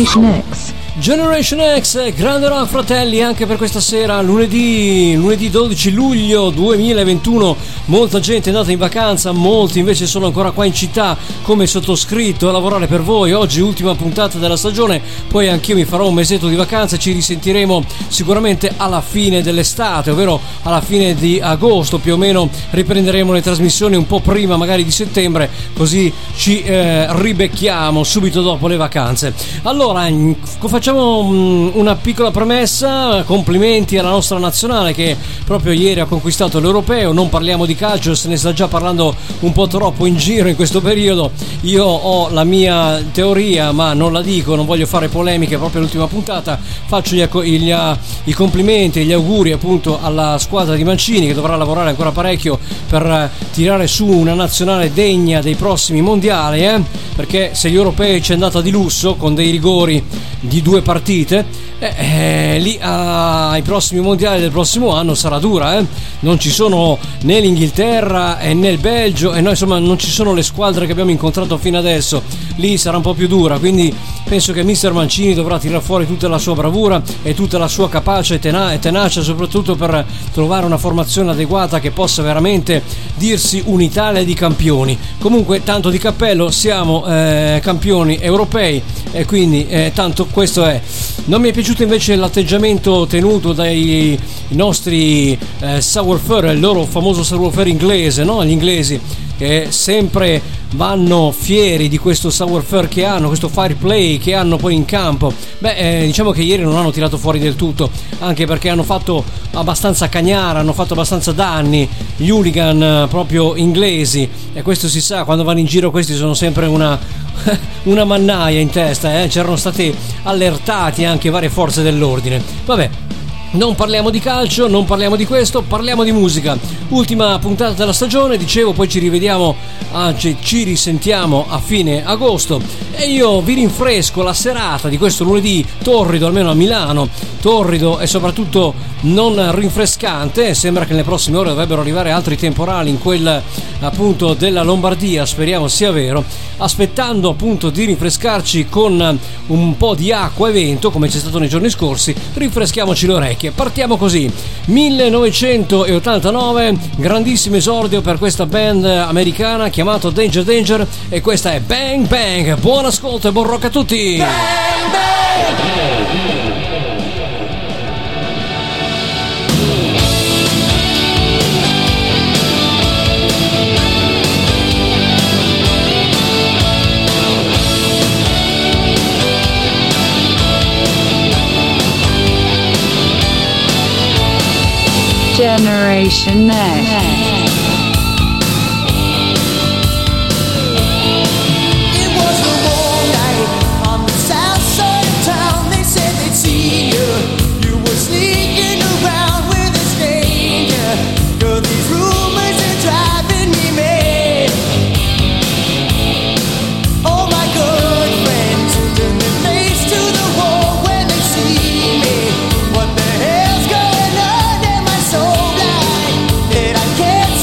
Generation X. Generation X, grande rock fratelli, anche per questa sera, lunedì 12 luglio 2021. Molta gente è andata in vacanza, molti invece sono ancora qua in città come sottoscritto a lavorare per voi. Oggi ultima puntata della stagione, poi anch'io mi farò un mesetto di vacanza e ci risentiremo sicuramente alla fine dell'estate, ovvero alla fine di agosto più o meno. Riprenderemo le trasmissioni un po' prima magari di settembre, così ci ribecchiamo subito dopo le vacanze. Allora facciamo una piccola premessa. Complimenti alla nostra nazionale che proprio ieri ha conquistato l'europeo. Non parliamo di calcio, se ne sta già parlando un po' troppo in giro in questo periodo. Io ho la mia teoria, ma non la dico, non voglio fare polemiche proprio all'ultima puntata. Faccio i complimenti e gli auguri appunto alla squadra di Mancini, che dovrà lavorare ancora parecchio per tirare su una nazionale degna dei prossimi mondiali, perché se gli europei ci è andata di lusso con dei rigori di 2 partite, lì ai prossimi mondiali del prossimo anno sarà dura, non ci sono né l'Inghilterra né il Belgio, e noi insomma non ci sono le squadre che abbiamo incontrato fino adesso. Lì sarà un po' più dura, quindi penso che mister Mancini dovrà tirare fuori tutta la sua bravura e tutta la sua capacia e tenacia, soprattutto per trovare una formazione adeguata che possa veramente dirsi un'Italia di campioni. Comunque tanto di cappello, siamo campioni europei e quindi tanto questo è. Non mi è piaciuto invece l'atteggiamento tenuto dai nostri savoir-faire, il loro famoso savoir-faire inglese, no? Gli inglesi che sempre vanno fieri di questo savoir-faire che hanno, questo fair play che hanno poi in campo. Diciamo che ieri non hanno tirato fuori del tutto, anche perché hanno fatto abbastanza cagnara, hanno fatto abbastanza danni gli hooligan proprio inglesi, e questo si sa, quando vanno in giro questi sono sempre una mannaia in testa, c'erano stati allertati anche varie forze dell'ordine. Vabbè, non parliamo di calcio, non parliamo di questo, parliamo di musica. Ultima puntata della stagione, dicevo, poi ci rivediamo, anzi ci risentiamo a fine agosto, e io vi rinfresco la serata di questo lunedì torrido, almeno a Milano, torrido e soprattutto non rinfrescante. Sembra che nelle prossime ore dovrebbero arrivare altri temporali in quel appunto della Lombardia, speriamo sia vero, aspettando appunto di rinfrescarci con un po' di acqua e vento come c'è stato nei giorni scorsi. Rinfreschiamoci le orecchie. Partiamo così, 1989, grandissimo esordio per questa band americana chiamata Danger Danger, e questa è Bang Bang. Buon ascolto e buon rock a tutti. Bang Bang. Generation X. What the hell's going on? Am I so blind that I can't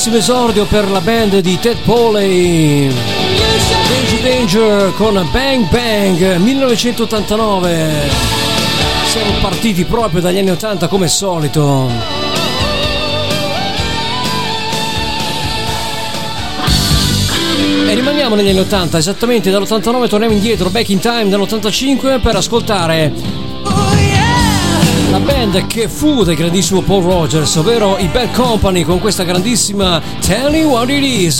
grandissimo esordio per la band di Ted Poley, Danger con Bang Bang 1989. Siamo partiti proprio dagli anni 80 come solito. E rimaniamo negli anni 80, esattamente dall'89 torniamo indietro, back in time dall'85 per ascoltare la band che fu del grandissimo Paul Rogers, ovvero i Bad Company, con questa grandissima Tell Me What It Is.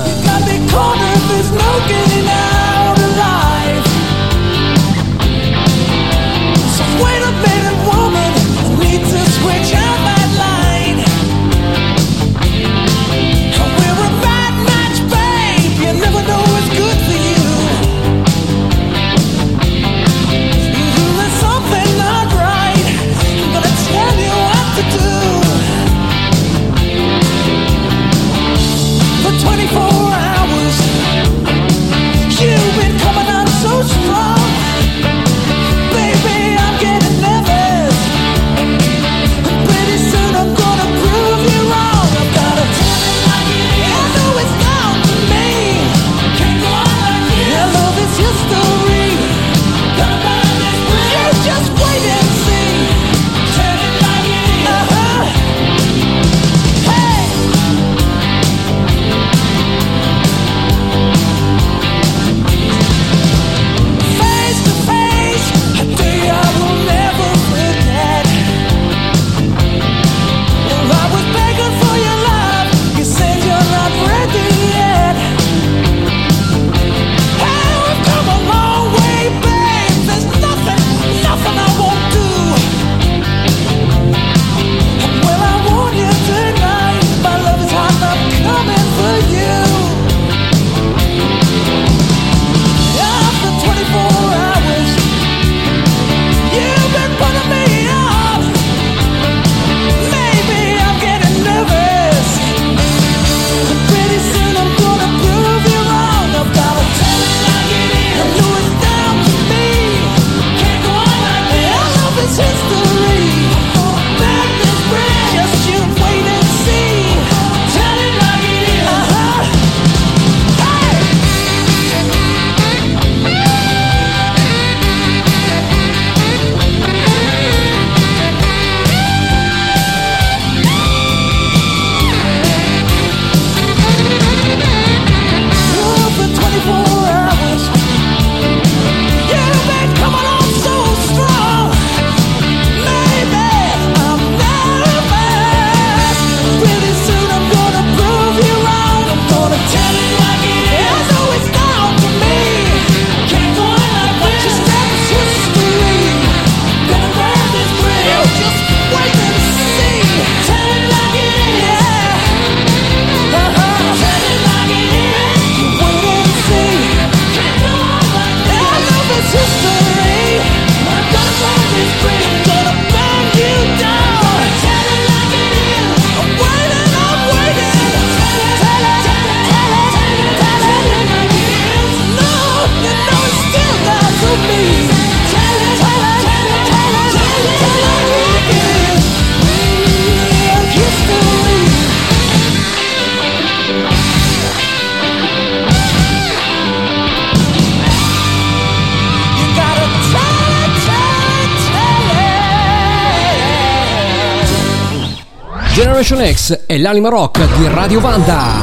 Generation X è l'anima rock di Radio Vanda.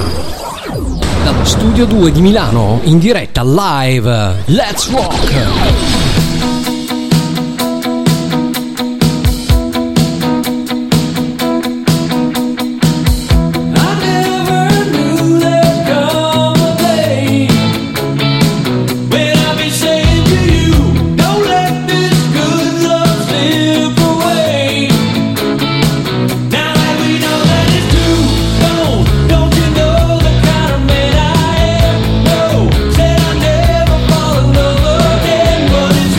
Dallo studio 2 di Milano, in diretta live. Let's rock! What is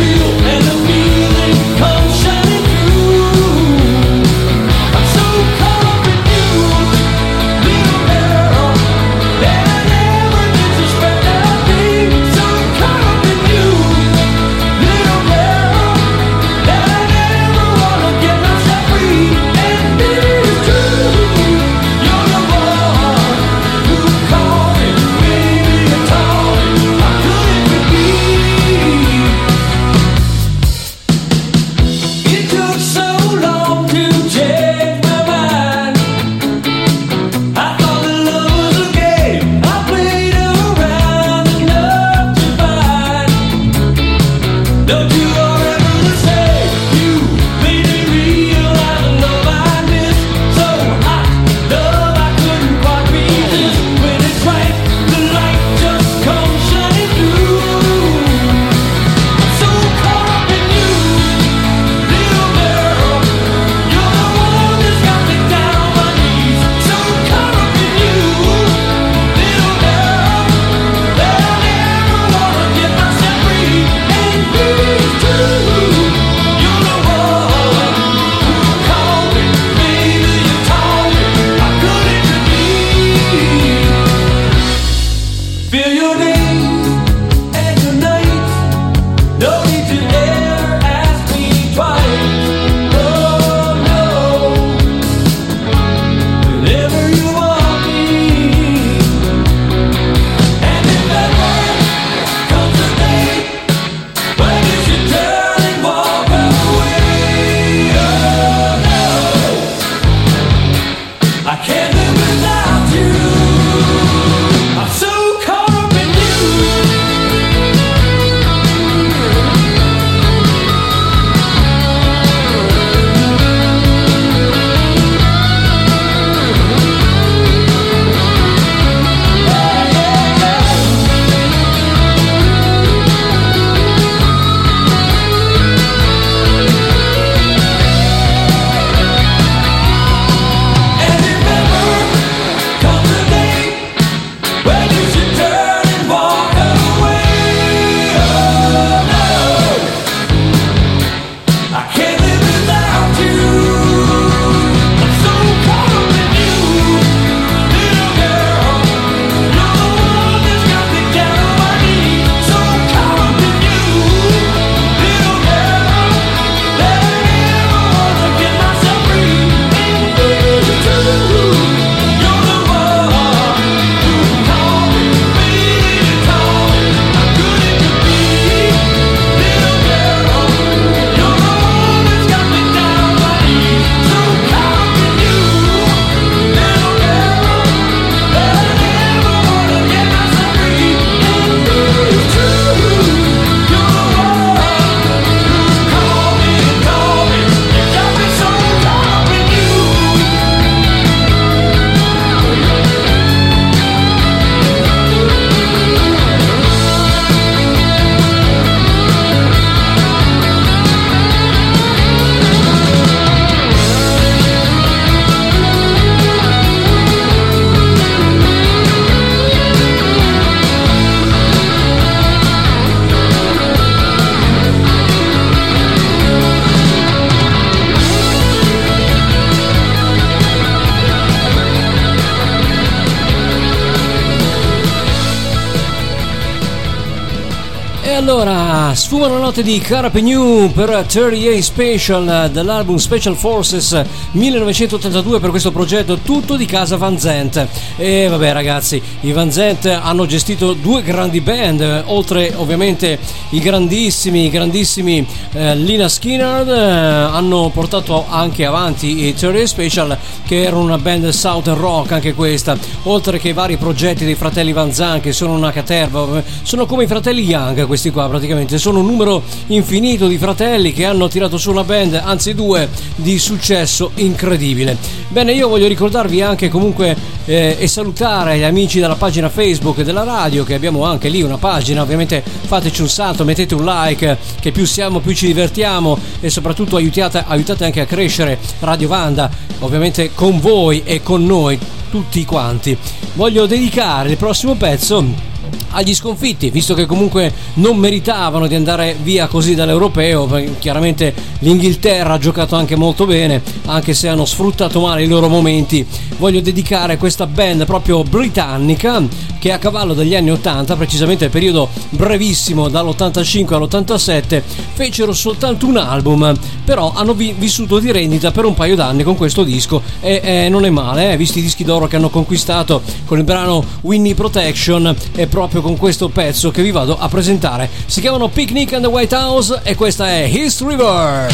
Allora, sfumano note di Carpe New per 38 Special dall'album Special Forces 1982 per questo progetto tutto di casa Van Zandt. E vabbè ragazzi, i Van Zandt hanno gestito due grandi band, oltre ovviamente i grandissimi Lynyrd Skynyrd, hanno portato anche avanti i 38 Special, che erano una band southern rock anche questa, oltre che i vari progetti dei fratelli Van Zandt che sono una caterva, sono come i fratelli Young questi qua, praticamente sono un numero infinito di fratelli che hanno tirato su una band, anzi due, di successo incredibile. Bene, io voglio ricordarvi anche comunque e salutare gli amici della pagina Facebook della radio, che abbiamo anche lì una pagina, ovviamente fateci un salto, mettete un like, che più siamo più ci divertiamo, e soprattutto aiutate anche a crescere Radio Vanda, ovviamente con voi e con noi tutti quanti. Voglio dedicare il prossimo pezzo agli sconfitti, visto che comunque non meritavano di andare via così dall'Europeo. Chiaramente l'Inghilterra ha giocato anche molto bene, anche se hanno sfruttato male i loro momenti. Voglio dedicare questa band proprio britannica, che a cavallo degli anni 80, precisamente il periodo brevissimo dall'85 all'87, fecero soltanto un album, però hanno vissuto di rendita per un paio d'anni con questo disco, e non è male, visti i dischi d'oro che hanno conquistato con il brano Winnie Protection, e proprio con questo pezzo che vi vado a presentare. Si chiamano Picnic and the White House e questa è East River.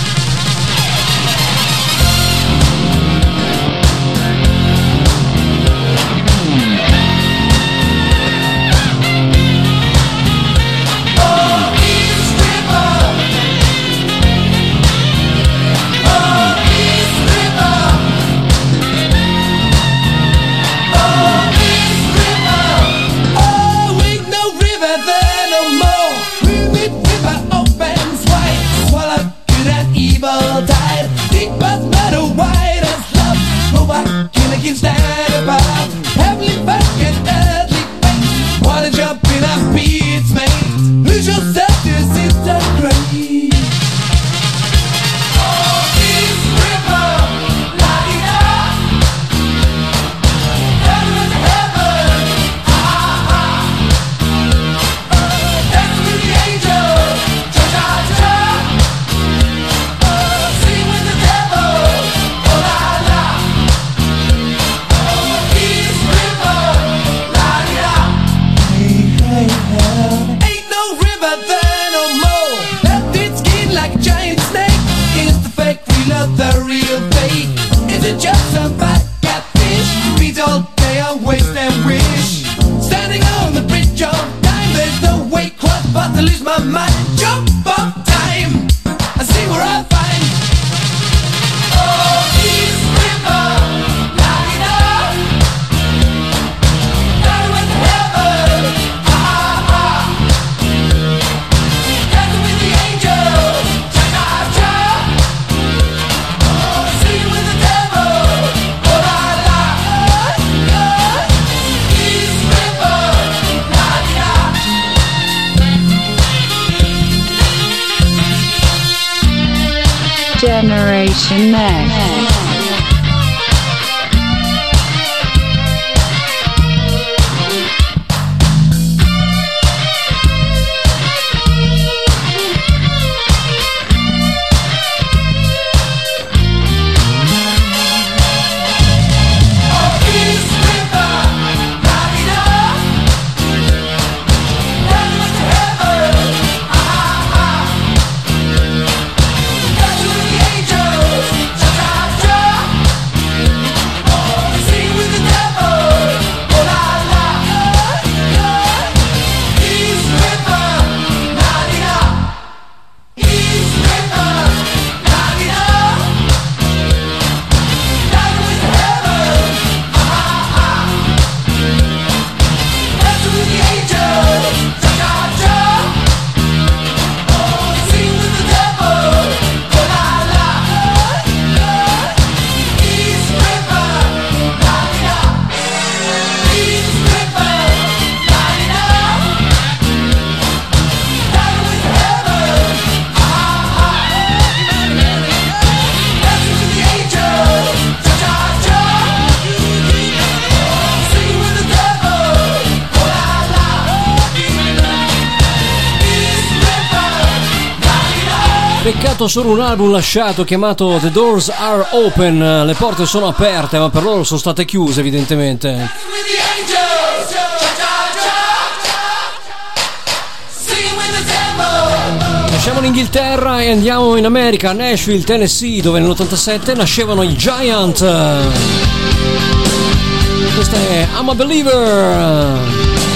Generation Next. Angels, cha cha cha. Peccato solo un album lasciato chiamato The Doors Are Open, le porte sono aperte ma per loro sono state chiuse evidentemente. Lasciamo l'Inghilterra e andiamo in America, a Nashville, Tennessee, dove nell'87 nascevano i Giant. Questa è I'm a Believer.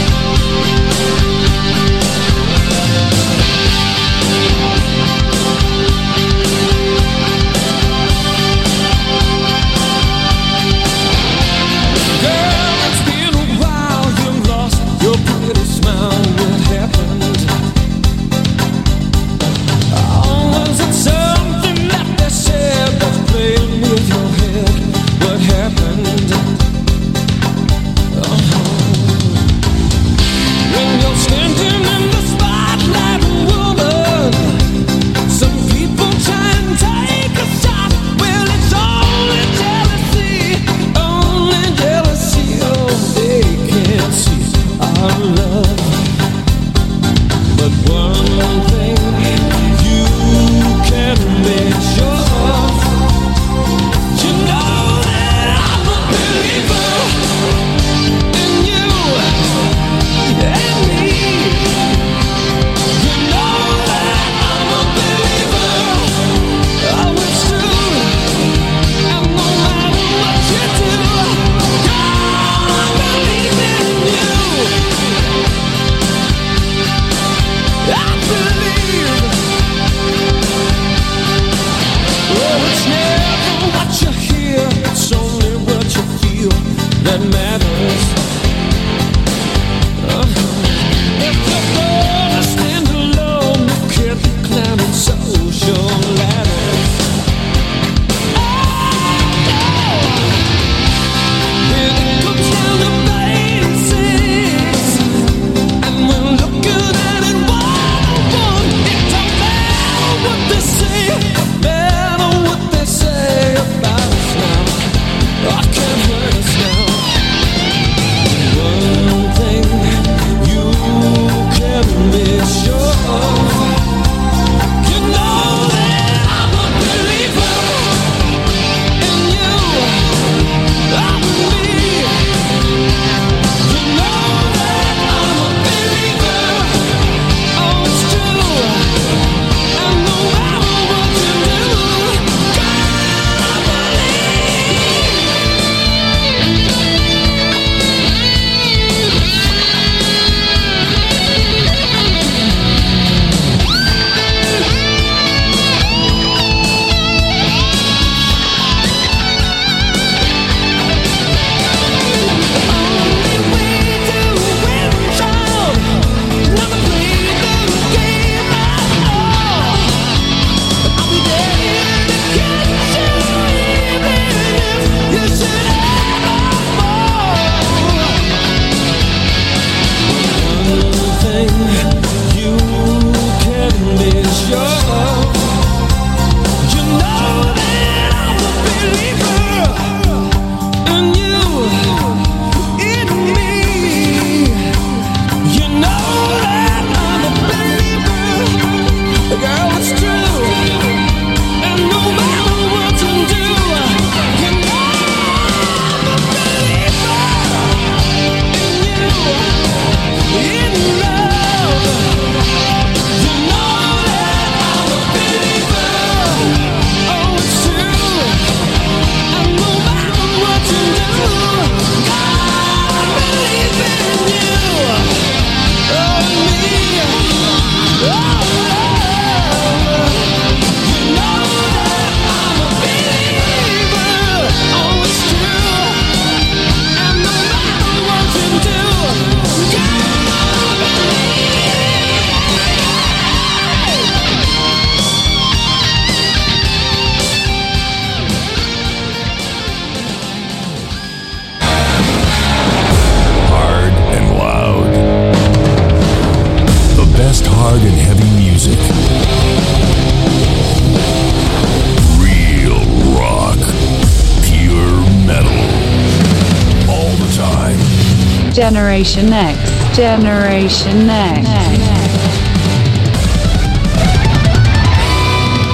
Generation X, Generation X.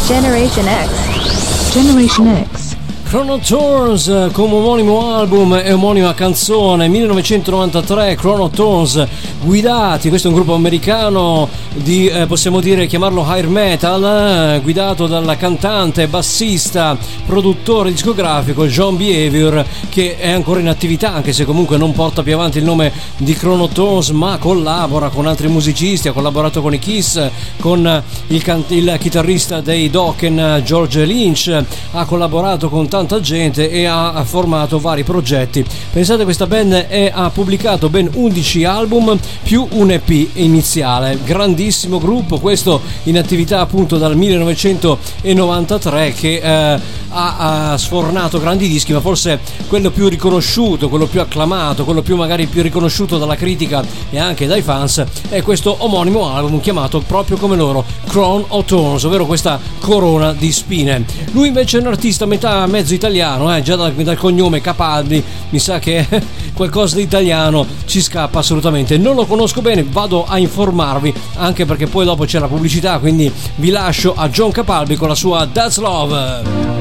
Generation X. Generation X. Chrono Thorns come omonimo album e omonima canzone 1993. Chrono Thorns guidati, questo è un gruppo americano di possiamo dire chiamarlo hair metal, guidato dal cantante, bassista, produttore discografico John Behavior, che è ancora in attività, anche se comunque non porta più avanti il nome di Chrono Thorns, ma collabora con altri musicisti. Ha collaborato con i Kiss, con il chitarrista dei Dokken George Lynch, ha collaborato con tanta gente e ha formato vari progetti. Pensate, questa band ha pubblicato ben 11 album più un EP iniziale. Grandissimo gruppo, questo in attività appunto dal 1993, che ha sfornato grandi dischi, ma forse quello più riconosciuto, quello più acclamato, quello più magari più riconosciuto dalla critica e anche dai fans è questo omonimo album chiamato proprio come loro, Crown of Thorns, ovvero questa corona di spine. Lui invece è un artista mezzo italiano, già dal cognome Capaldi mi sa che qualcosa di italiano ci scappa assolutamente. Non lo conosco bene, vado a informarvi, anche perché poi dopo c'è la pubblicità, quindi vi lascio a John Capaldi con la sua That's Love.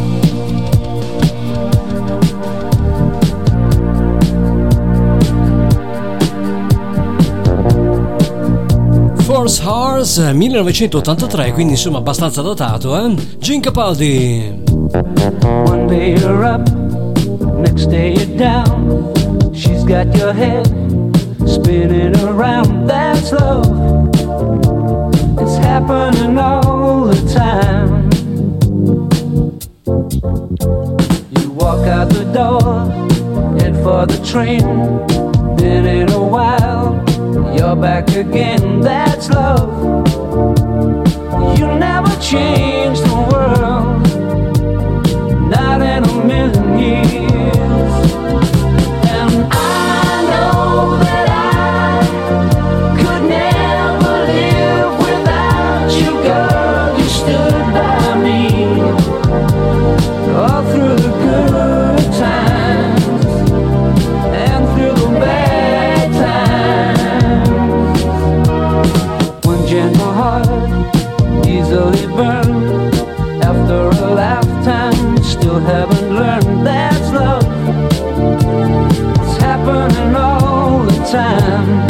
Force Hearts 1983, quindi insomma abbastanza datato, Gene Capaldi. One day you're up, next day you're down. She's got your head spinning around. That's love. It's happening all the time. You walk out the door, head for the train. Then in a while you're back again. That's love. You never change the world, not in a million years. And I know that I could never live without you, girl. You stood by me all through the good times and through the bad times. One gentle heart, easily burned after a lifetime. Still haven't learned that's love. It's happening all the time.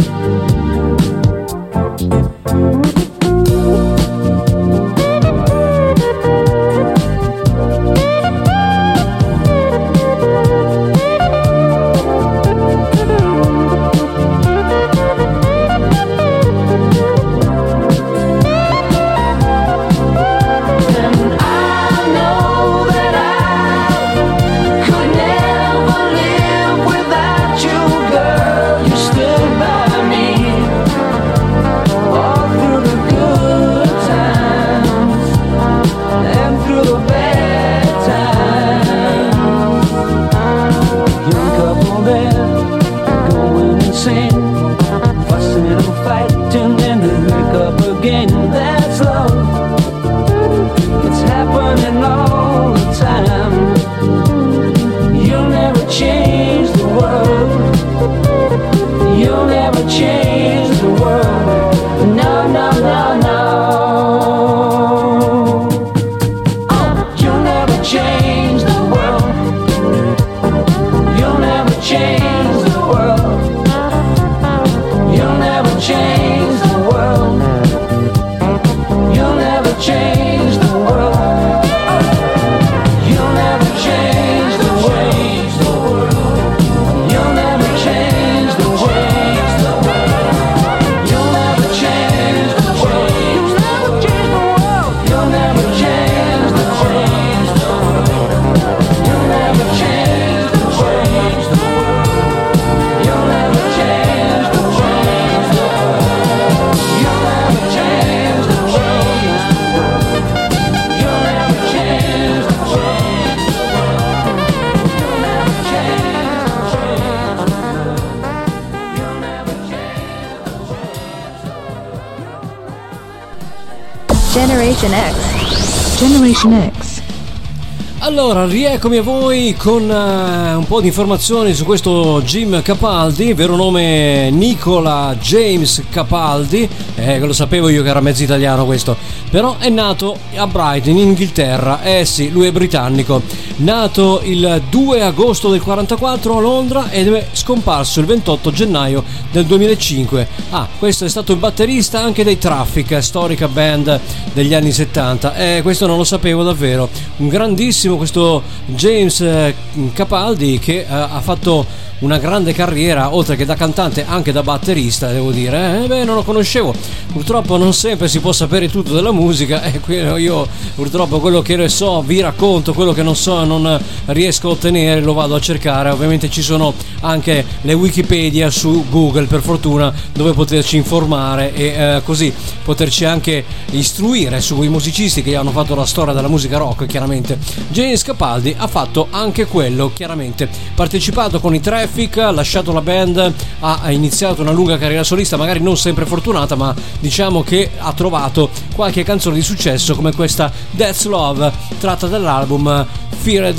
Generation X. Generation X. Allora, rieccomi a voi con un po' di informazioni su questo Jim Capaldi, vero nome Nicola James Capaldi, lo sapevo io che era mezzo italiano questo, però è nato a Brighton in Inghilterra, sì, lui è britannico, nato il 2 agosto del 44 a Londra ed è scomparso il 28 gennaio del 2005. Questo è stato il batterista anche dei Traffic, storica band degli anni 70, questo non lo sapevo davvero, un grandissimo questo James Capaldi che ha fatto una grande carriera oltre che da cantante anche da batterista, devo dire. Non lo conoscevo, purtroppo non sempre si può sapere tutto della musica, io purtroppo quello che ne so vi racconto, quello che non so non riesco a ottenere lo vado a cercare. Ovviamente ci sono anche le Wikipedia su Google, per fortuna, dove poterci informare e così poterci anche istruire sui musicisti che hanno fatto la storia della musica rock. Chiaramente James Capaldi ha fatto anche quello, chiaramente partecipato con i Traffic, ha lasciato la band, ha iniziato una lunga carriera solista, magari non sempre fortunata, ma diciamo che ha trovato qualche canzone di successo come questa That's Love, tratta dall'album Feared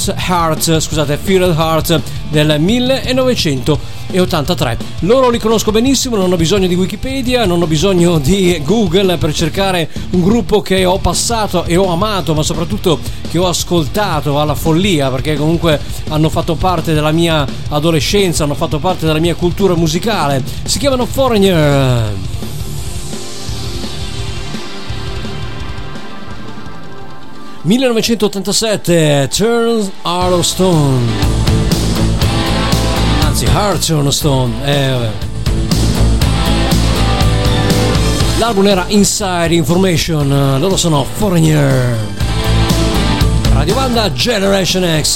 Heart del 1983. Loro li conosco benissimo, non ho bisogno di Wikipedia, non ho bisogno di Google per cercare un gruppo che ho passato e ho amato, ma soprattutto che ho ascoltato alla follia, perché comunque hanno fatto parte della mia adolescenza, hanno fatto parte della mia cultura musicale. Si chiamano Foreigner. ...1987, Turn Out of Stone, anzi Heart of Stone, l'album era Inside Information, loro sono Foreigner. Radio Banda Generation X.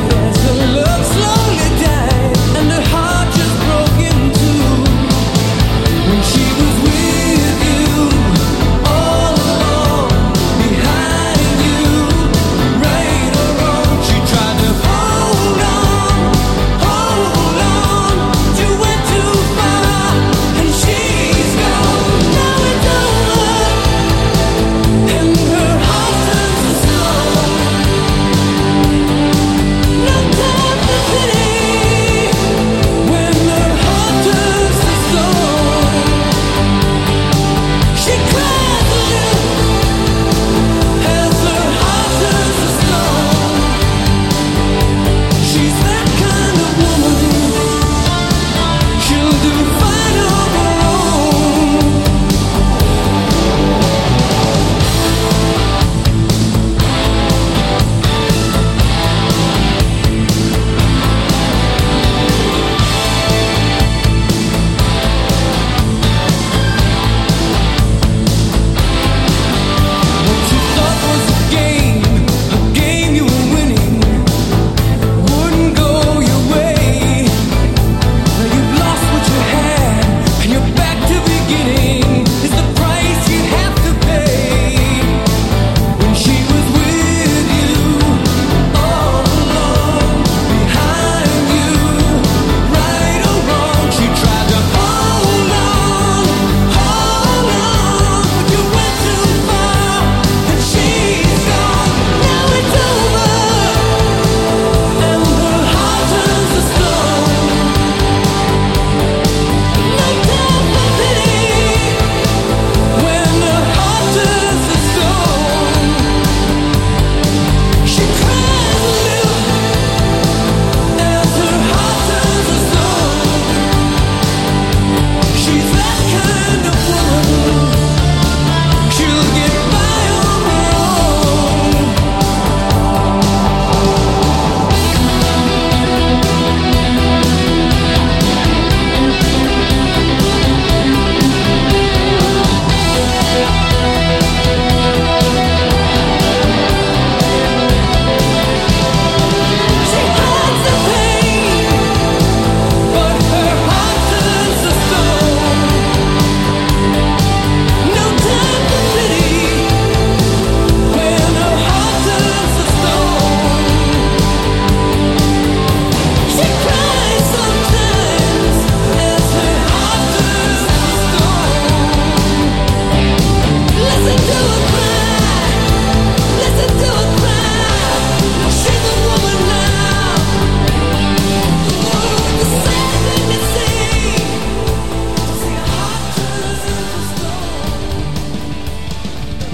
Love slowly died and her heart just broke in two.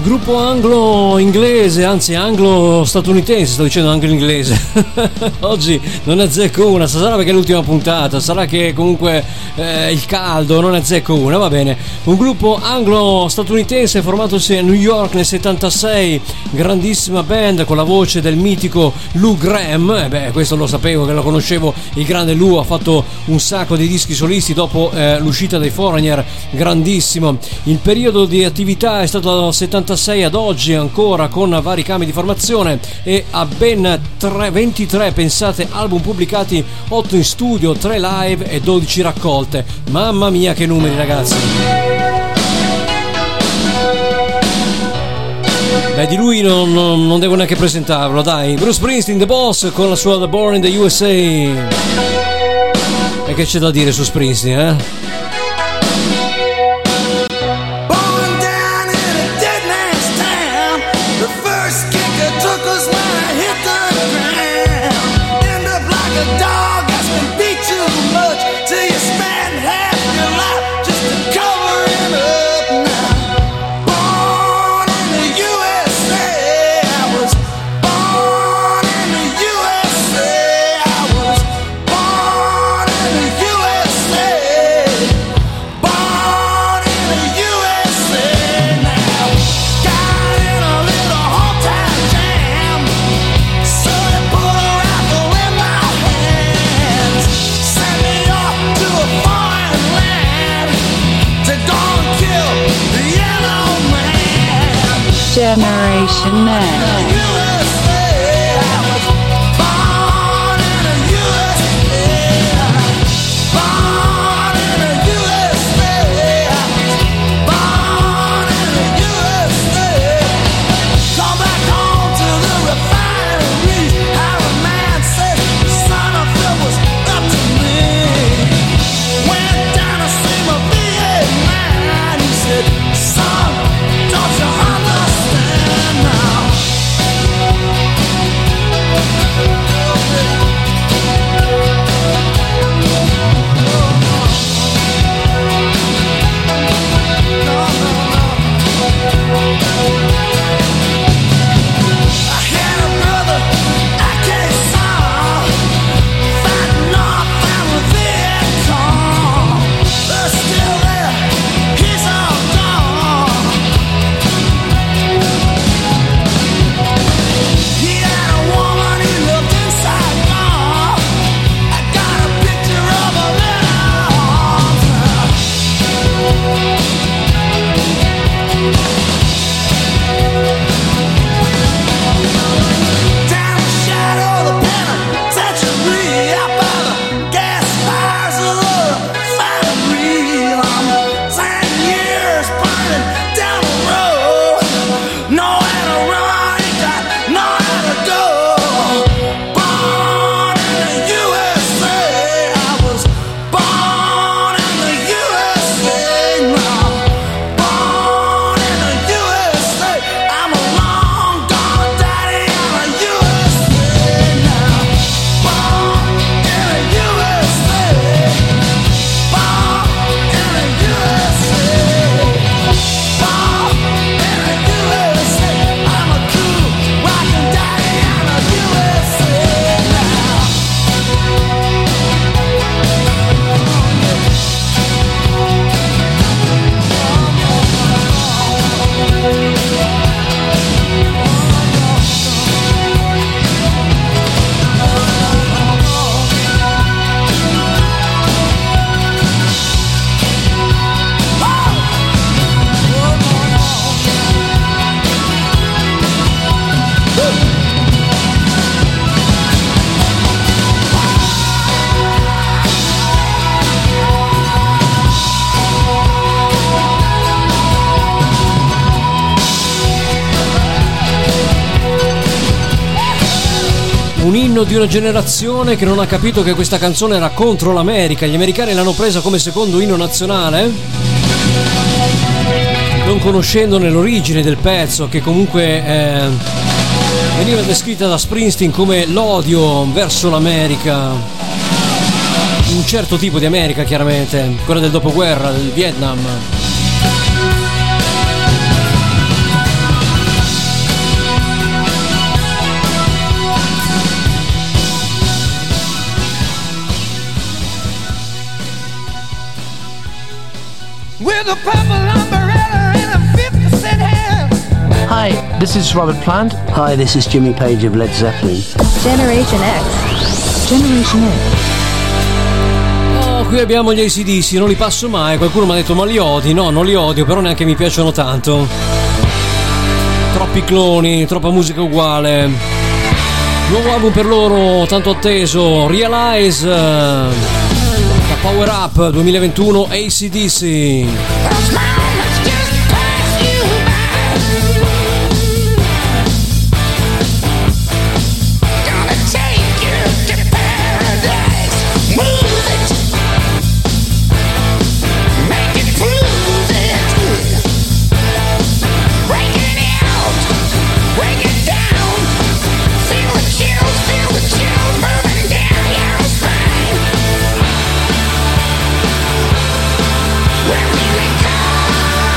gruppo anglo-inglese, anzi anglo-statunitense, sto dicendo anche l'inglese. Oggi non ne azzecco una, sarà perché è l'ultima puntata, sarà che comunque il caldo, non ne azzecco una, va bene. Un gruppo anglo-statunitense formatosi a New York nel 76, grandissima band con la voce del mitico Lou Gramm. Questo lo sapevo, che lo conoscevo, il grande Lou, ha fatto un sacco di dischi solisti dopo l'uscita dei Foreigner, grandissimo. Il periodo di attività è stato dal 76 ad oggi, ancora con vari cambi di formazione, e a ben 23, pensate, album pubblicati, 8 in studio, 3 live e 12 raccolte. Mamma mia che numeri, ragazzi. Di lui non devo neanche presentarlo, dai. Bruce Springsteen, The Boss, con la sua The Born in the USA. E che c'è da dire su Springsteen, eh? Generation Next. Un inno di una generazione che non ha capito che questa canzone era contro l'America. Gli americani l'hanno presa come secondo inno nazionale, non conoscendone l'origine del pezzo, che comunque veniva descritta da Springsteen come l'odio verso l'America, un certo tipo di America, chiaramente quella del dopoguerra, del Vietnam. with a purple umbrella and a 50-cent hair. Hi, this is Robert Plant. Hi, this is Jimmy Page of Led Zeppelin. Generation X. Generation X. Qui abbiamo gli AC/DC, non li passo mai. Qualcuno mi ha detto ma li odi? No, non li odio, però neanche mi piacciono tanto. Troppi cloni, troppa musica uguale. Nuovo album per loro, tanto atteso, Realize, da Power Up 2021, AC/DC. Where we go.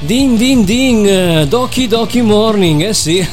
Din din din, Doki Doki Morning, sì.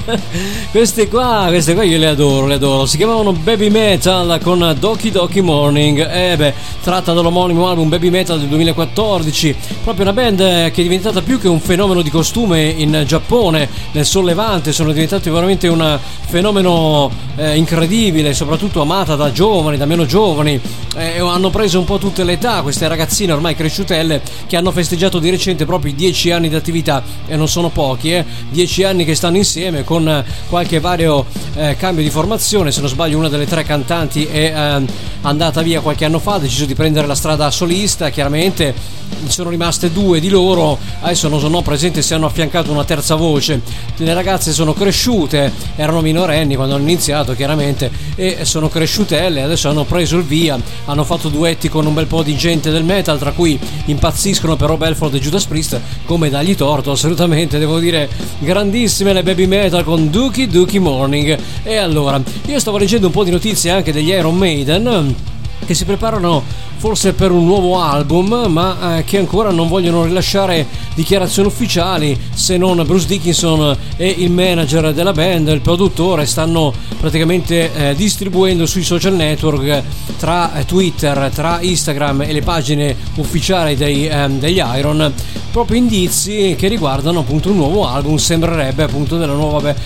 queste qua io le adoro. Si chiamavano Baby Metal con Doki Doki Morning. Tratta dall'omonimo album Baby Metal del 2014. Proprio una band che è diventata più che un fenomeno di costume in Giappone, nel sollevante. Sono diventati veramente un fenomeno incredibile, soprattutto amata da giovani, da meno giovani. Hanno preso un po' tutte le età, queste ragazzine ormai cresciutelle che hanno festeggiato di recente proprio i 10 anni di attività, e non sono pochi, 10 anni che stanno insieme con qualche vario cambio di formazione. Se non sbaglio una delle 3 cantanti è andata via qualche anno fa, ha deciso di prendere la strada solista. Chiaramente sono rimaste 2 di loro, adesso non sono presente se hanno affiancato una terza voce. Le ragazze sono cresciute, erano minorenni quando hanno iniziato chiaramente, e sono cresciutelle, adesso hanno preso il via, hanno fatto duetti con un bel po' di gente del metal, tra cui impazziscono per Rob Halford e Judas Priest, come dargli torto assolutamente, devo dire grandissime le Baby Metal con Doki Doki Morning. E allora, io stavo leggendo un po' di notizie anche degli Iron Maiden, che si preparano forse per un nuovo album, ma che ancora non vogliono rilasciare dichiarazioni ufficiali, se non Bruce Dickinson e il manager della band, il produttore, stanno praticamente distribuendo sui social network, tra Twitter, tra Instagram e le pagine ufficiali degli Iron, proprio indizi che riguardano appunto un nuovo album. Sembrerebbe appunto del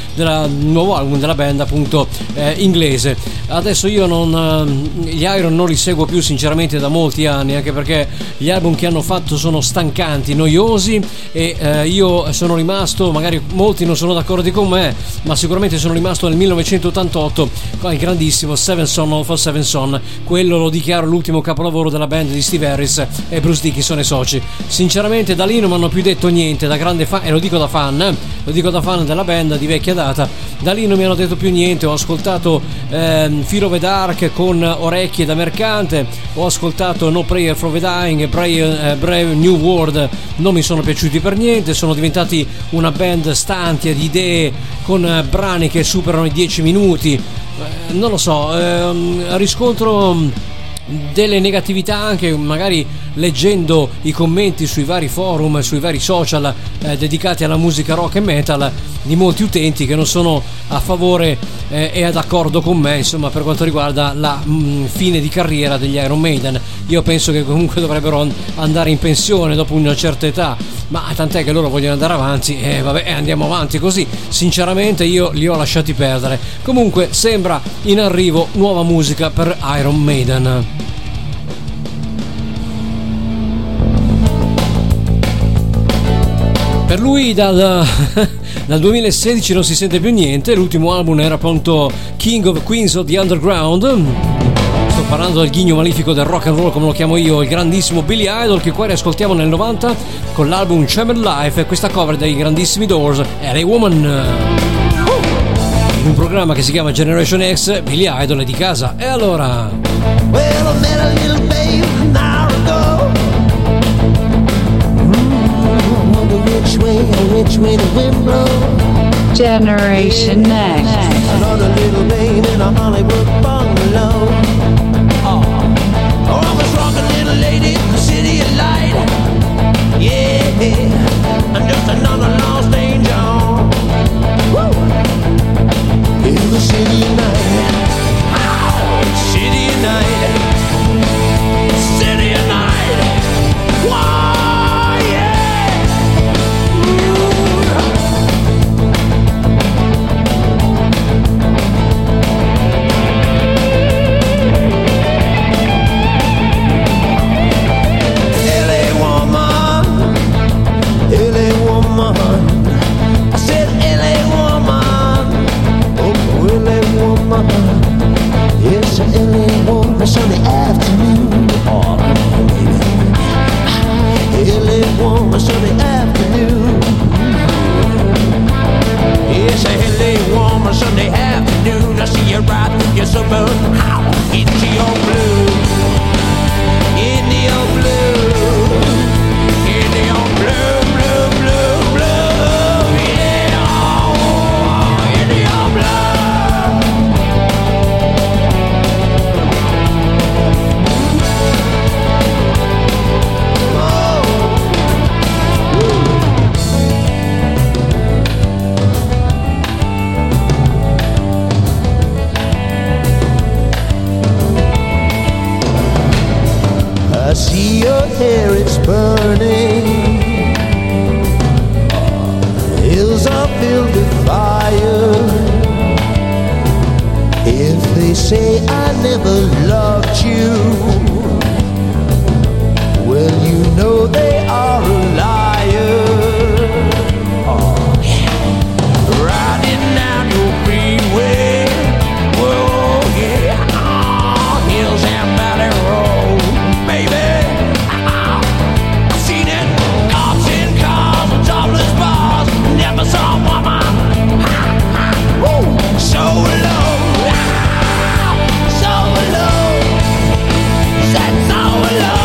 nuovo album della band appunto inglese. Adesso io gli Iron non li seguo più sinceramente da molti anni, anche perché gli album che hanno fatto sono stancanti, noiosi, e io sono rimasto, magari molti non sono d'accordo con me, ma sicuramente sono rimasto nel 1988 con il grandissimo Seven Son of Seven Son. Quello lo dichiaro l'ultimo capolavoro della band di Steve Harris e Bruce Dickinson e soci. Sinceramente da lì non mi hanno più detto niente, da grande fan, e lo dico da fan della band di vecchia data. Da lì non mi hanno detto più niente. Ho ascoltato Fear of the Dark con orecchie da mercante, ho ascoltato No Prayer for the Dying e Brave New World, non mi sono piaciuti per niente. Sono diventati una band stantia di idee, con brani che superano i 10 minuti. Non lo so, riscontro delle negatività anche magari leggendo i commenti sui vari forum, sui vari social dedicati alla musica rock e metal, di molti utenti che non sono a favore e ad accordo con me, insomma, per quanto riguarda la fine di carriera degli Iron Maiden. Io penso che comunque dovrebbero andare in pensione dopo una certa età, ma tant'è che loro vogliono andare avanti, e vabbè, andiamo avanti così. Sinceramente io li ho lasciati perdere. Comunque sembra in arrivo nuova musica per Iron Maiden. Per lui dal 2016 non si sente più niente. L'ultimo album era appunto King of Queens of the Underground. Sto parlando del ghigno malefico del rock and roll, come lo chiamo io, il grandissimo Billy Idol, che qua riascoltiamo nel 90 con l'album Chamber Life, e questa cover dei grandissimi Doors, LA Woman. In un programma che si chiama Generation X, Billy Idol è di casa. E allora, Well, I met a little babe an hour ago. Which way the wind blows. Generation Next. Another little babe in a Hollywood bungalow. Oh, I'm a stronger little lady in the city of light. Yeah, I'm just another lost angel. Woo! In the city of night. City of night. City of night. Whoa, yeah. Yes, an LA woman, Sunday afternoon. Oh, baby. LA woman, Sunday afternoon. Yes, a LA woman, Sunday afternoon. I see you right through your suburb, into your blue, into your blue, into your blue, blue, blue, blue. Yeah, oh, into your blue. Woo! say I never loved you. Well, you know they are a liar. Oh, yeah. Riding down your freeway. Whoa, yeah. Oh, hills and valley road, baby. Oh, I've seen it. Cops in cars and topless bars. Never saw a woman so low. So low. Said so low.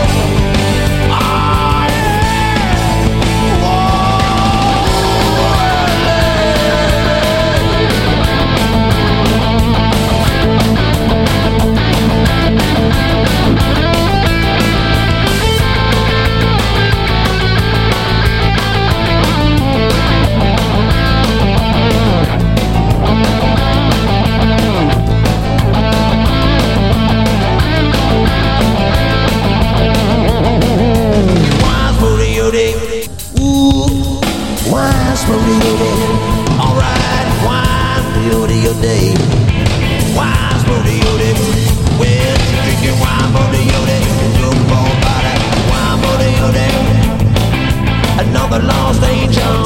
Alright, wine for your day. Wine's for the Yodi. Well, she's drinking wine for the Yodi. Look for body. Wine for the Yodi. Another lost angel.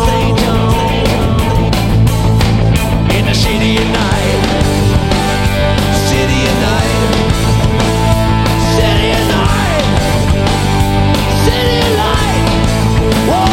In the city at night. City at night. City at night. City at night. Whoa.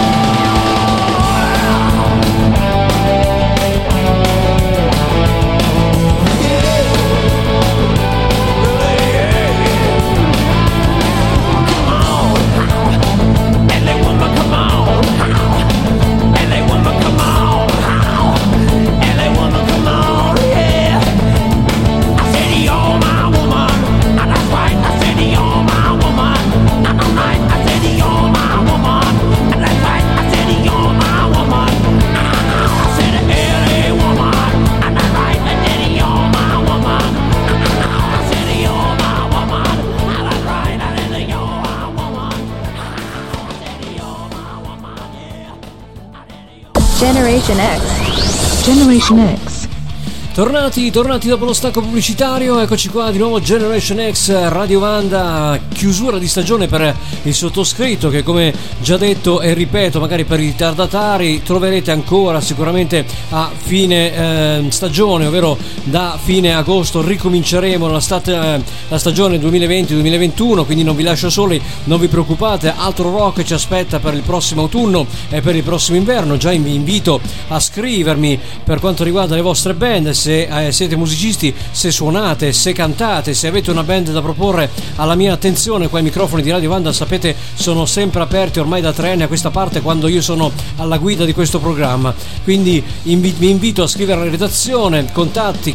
Generation X. Generation X. Tornati dopo lo stacco pubblicitario, eccoci qua di nuovo Generation X Radio Vanda, chiusura di stagione per il sottoscritto che, come già detto e ripeto magari per i ritardatari, troverete ancora sicuramente a fine stagione, ovvero da fine agosto ricominceremo la stagione 2020-2021, quindi non vi lascio soli, non vi preoccupate, altro rock ci aspetta per il prossimo autunno e per il prossimo inverno. Già vi invito a scrivermi per quanto riguarda le vostre band, se siete musicisti, se suonate, se cantate, se avete una band da proporre alla mia attenzione. Qua i microfoni di Radio Vanda, sapete, sono sempre aperti ormai da 3 anni a questa parte quando io sono alla guida di questo programma, quindi vi invito a scrivere alla redazione contatti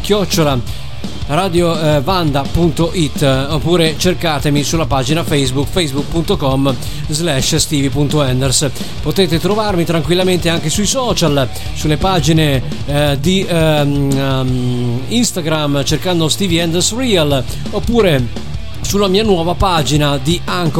@radiovanda.it oppure cercatemi sulla pagina facebook.com/stevie.enders. Potete trovarmi tranquillamente anche sui social, sulle pagine di Instagram cercando Stevie Enders Real, oppure sulla mia nuova pagina di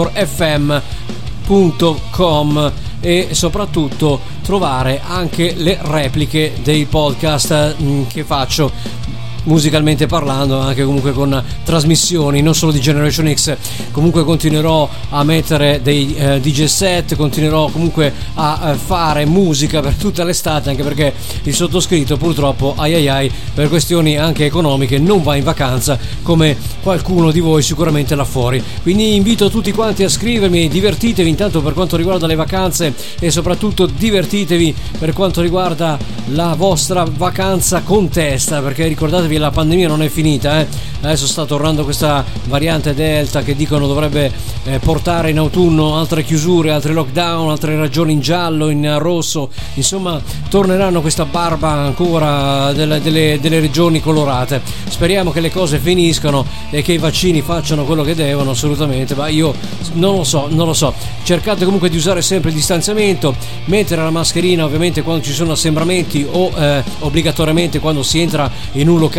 anchorfm.com, e soprattutto trovare anche le repliche dei podcast che faccio musicalmente parlando, anche comunque con trasmissioni non solo di Generation X. Comunque continuerò a mettere dei DJ set, continuerò comunque a fare musica per tutta l'estate, anche perché il sottoscritto purtroppo per questioni anche economiche non va in vacanza come qualcuno di voi sicuramente là fuori. Quindi invito tutti quanti a scrivermi, divertitevi intanto per quanto riguarda le vacanze e soprattutto divertitevi per quanto riguarda la vostra vacanza con testa, perché ricordatevi la pandemia non è finita, adesso sta tornando questa variante Delta che dicono dovrebbe portare in autunno altre chiusure, altri lockdown, altre regioni in giallo, in rosso, insomma torneranno questa barba ancora delle regioni colorate. Speriamo che le cose finiscano e che i vaccini facciano quello che devono, assolutamente, ma io non lo so. Cercate comunque di usare sempre il distanziamento, mettere la mascherina ovviamente quando ci sono assembramenti o obbligatoriamente quando si entra in un locale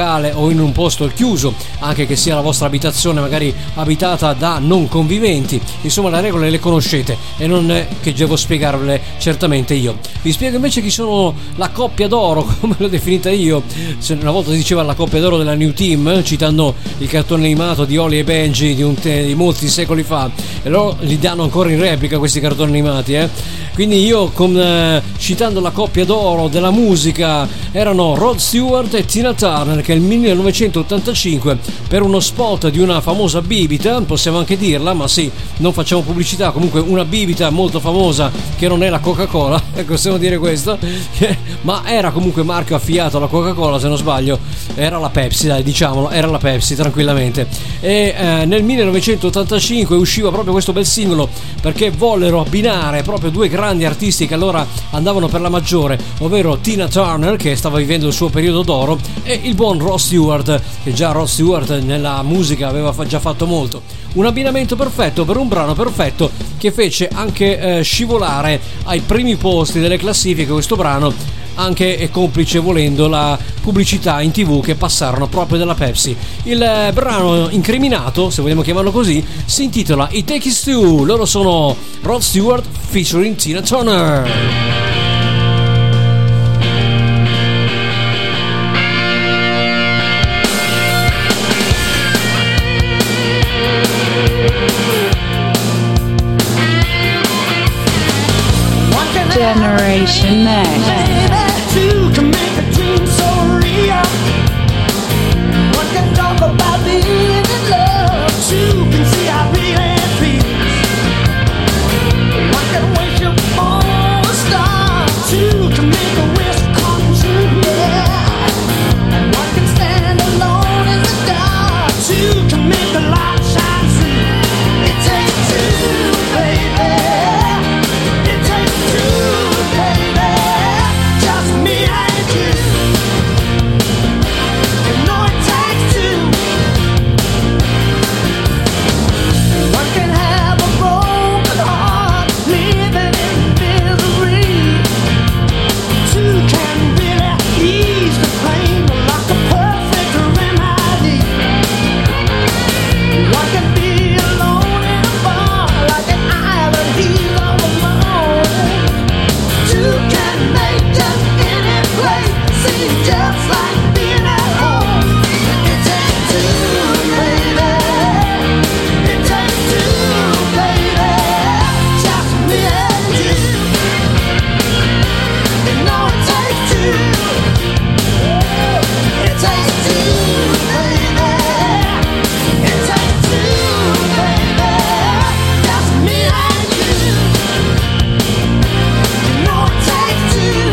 locale o in un posto chiuso, anche che sia la vostra abitazione magari abitata da non conviventi. Insomma, le regole le conoscete e non è che devo spiegarvele certamente io. Vi spiego invece chi sono la coppia d'oro, come l'ho definita io. Una volta si diceva la coppia d'oro della New Team, citando il cartone animato di Holly e Benji di molti secoli fa, e loro li danno ancora in replica questi cartoni animati, Quindi io citando la coppia d'oro della musica erano Rod Stewart e Tina Turner, che nel 1985 per uno spot di una famosa bibita, possiamo anche dirla, ma sì, non facciamo pubblicità, comunque una bibita molto famosa che non è la Coca-Cola, possiamo dire questo, ma era comunque marchio affiliato alla Coca-Cola, se non sbaglio era la Pepsi, dai, diciamolo, era la Pepsi tranquillamente. E nel 1985 usciva proprio questo bel singolo, perché vollero abbinare proprio due grandi artisti che allora andavano per la maggiore, ovvero Tina Turner, che stava vivendo il suo periodo d'oro, e il buon Rod Stewart, che già Rod Stewart nella musica aveva già fatto molto. Un abbinamento perfetto per un brano perfetto che fece anche scivolare ai primi posti delle classifiche questo brano, anche e complice volendo la pubblicità in TV che passarono proprio della Pepsi. Il brano incriminato, se vogliamo chiamarlo così, si intitola It Takes Two. Loro sono Rod Stewart featuring Tina Turner. Generation Next. Two can make a dream so real. One can talk about being in love. Two can see how really feels. One can wish upon a star. Two can make a wish come true, yeah. And one can stand alone in the dark. Two can make the light shine through. It takes two, baby. It takes two, baby. Just me and you. You know it takes two. One can have a broken heart, living in misery. Two can really ease the pain like a perfect remedy. One can be alone in a bar like an island, he's all alone. Two can make just any place seem just like being at home. It takes two, baby. It takes two, baby. Just me and you. You know it takes two. It takes two, baby. It takes two, baby. Just me and you. You know it takes two.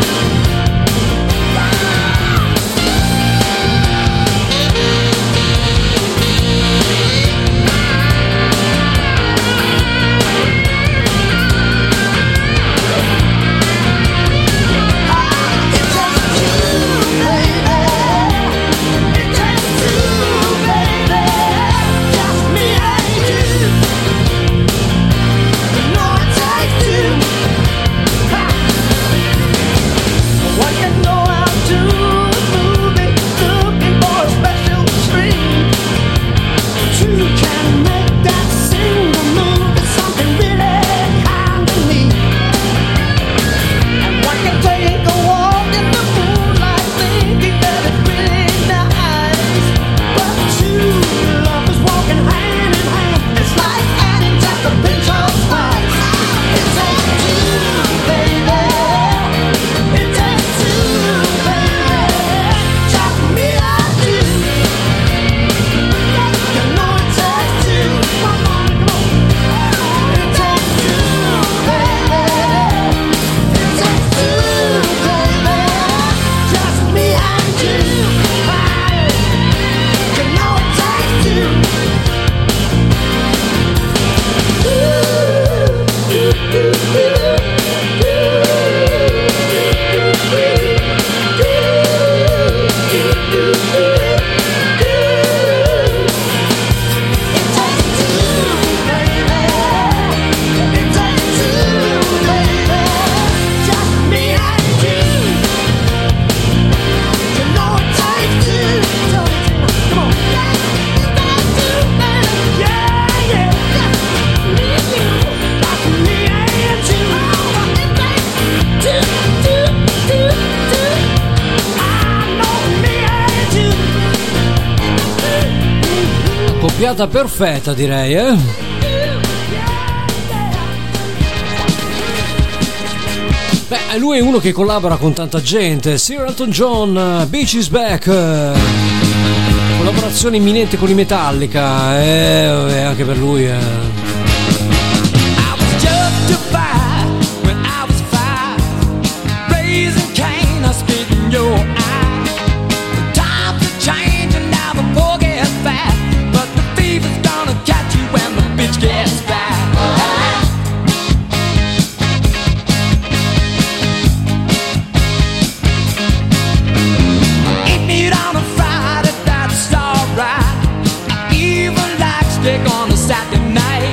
Just mischiata perfetta, direi, eh? Beh, lui è uno che collabora con tanta gente. Sir Elton John, Beach is Back, collaborazione imminente con i Metallica, anche per lui, Stick on a Saturday night.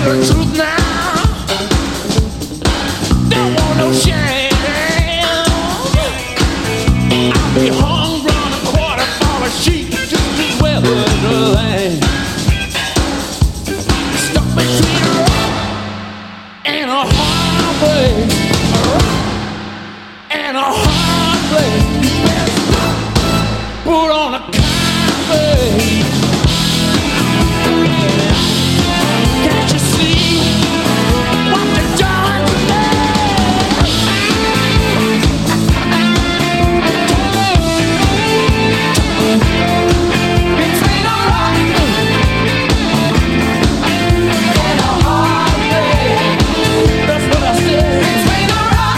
the truth now. Don't want no shame. I'll be hung, run a quarter for a sheep just to weather the land. Stuck between a rock and a hard place, a rock and a hard place. You better stop, put on a kind face. Can't you see what they're doing to me? Between a rock and a hard place. That's what I said. Between a rock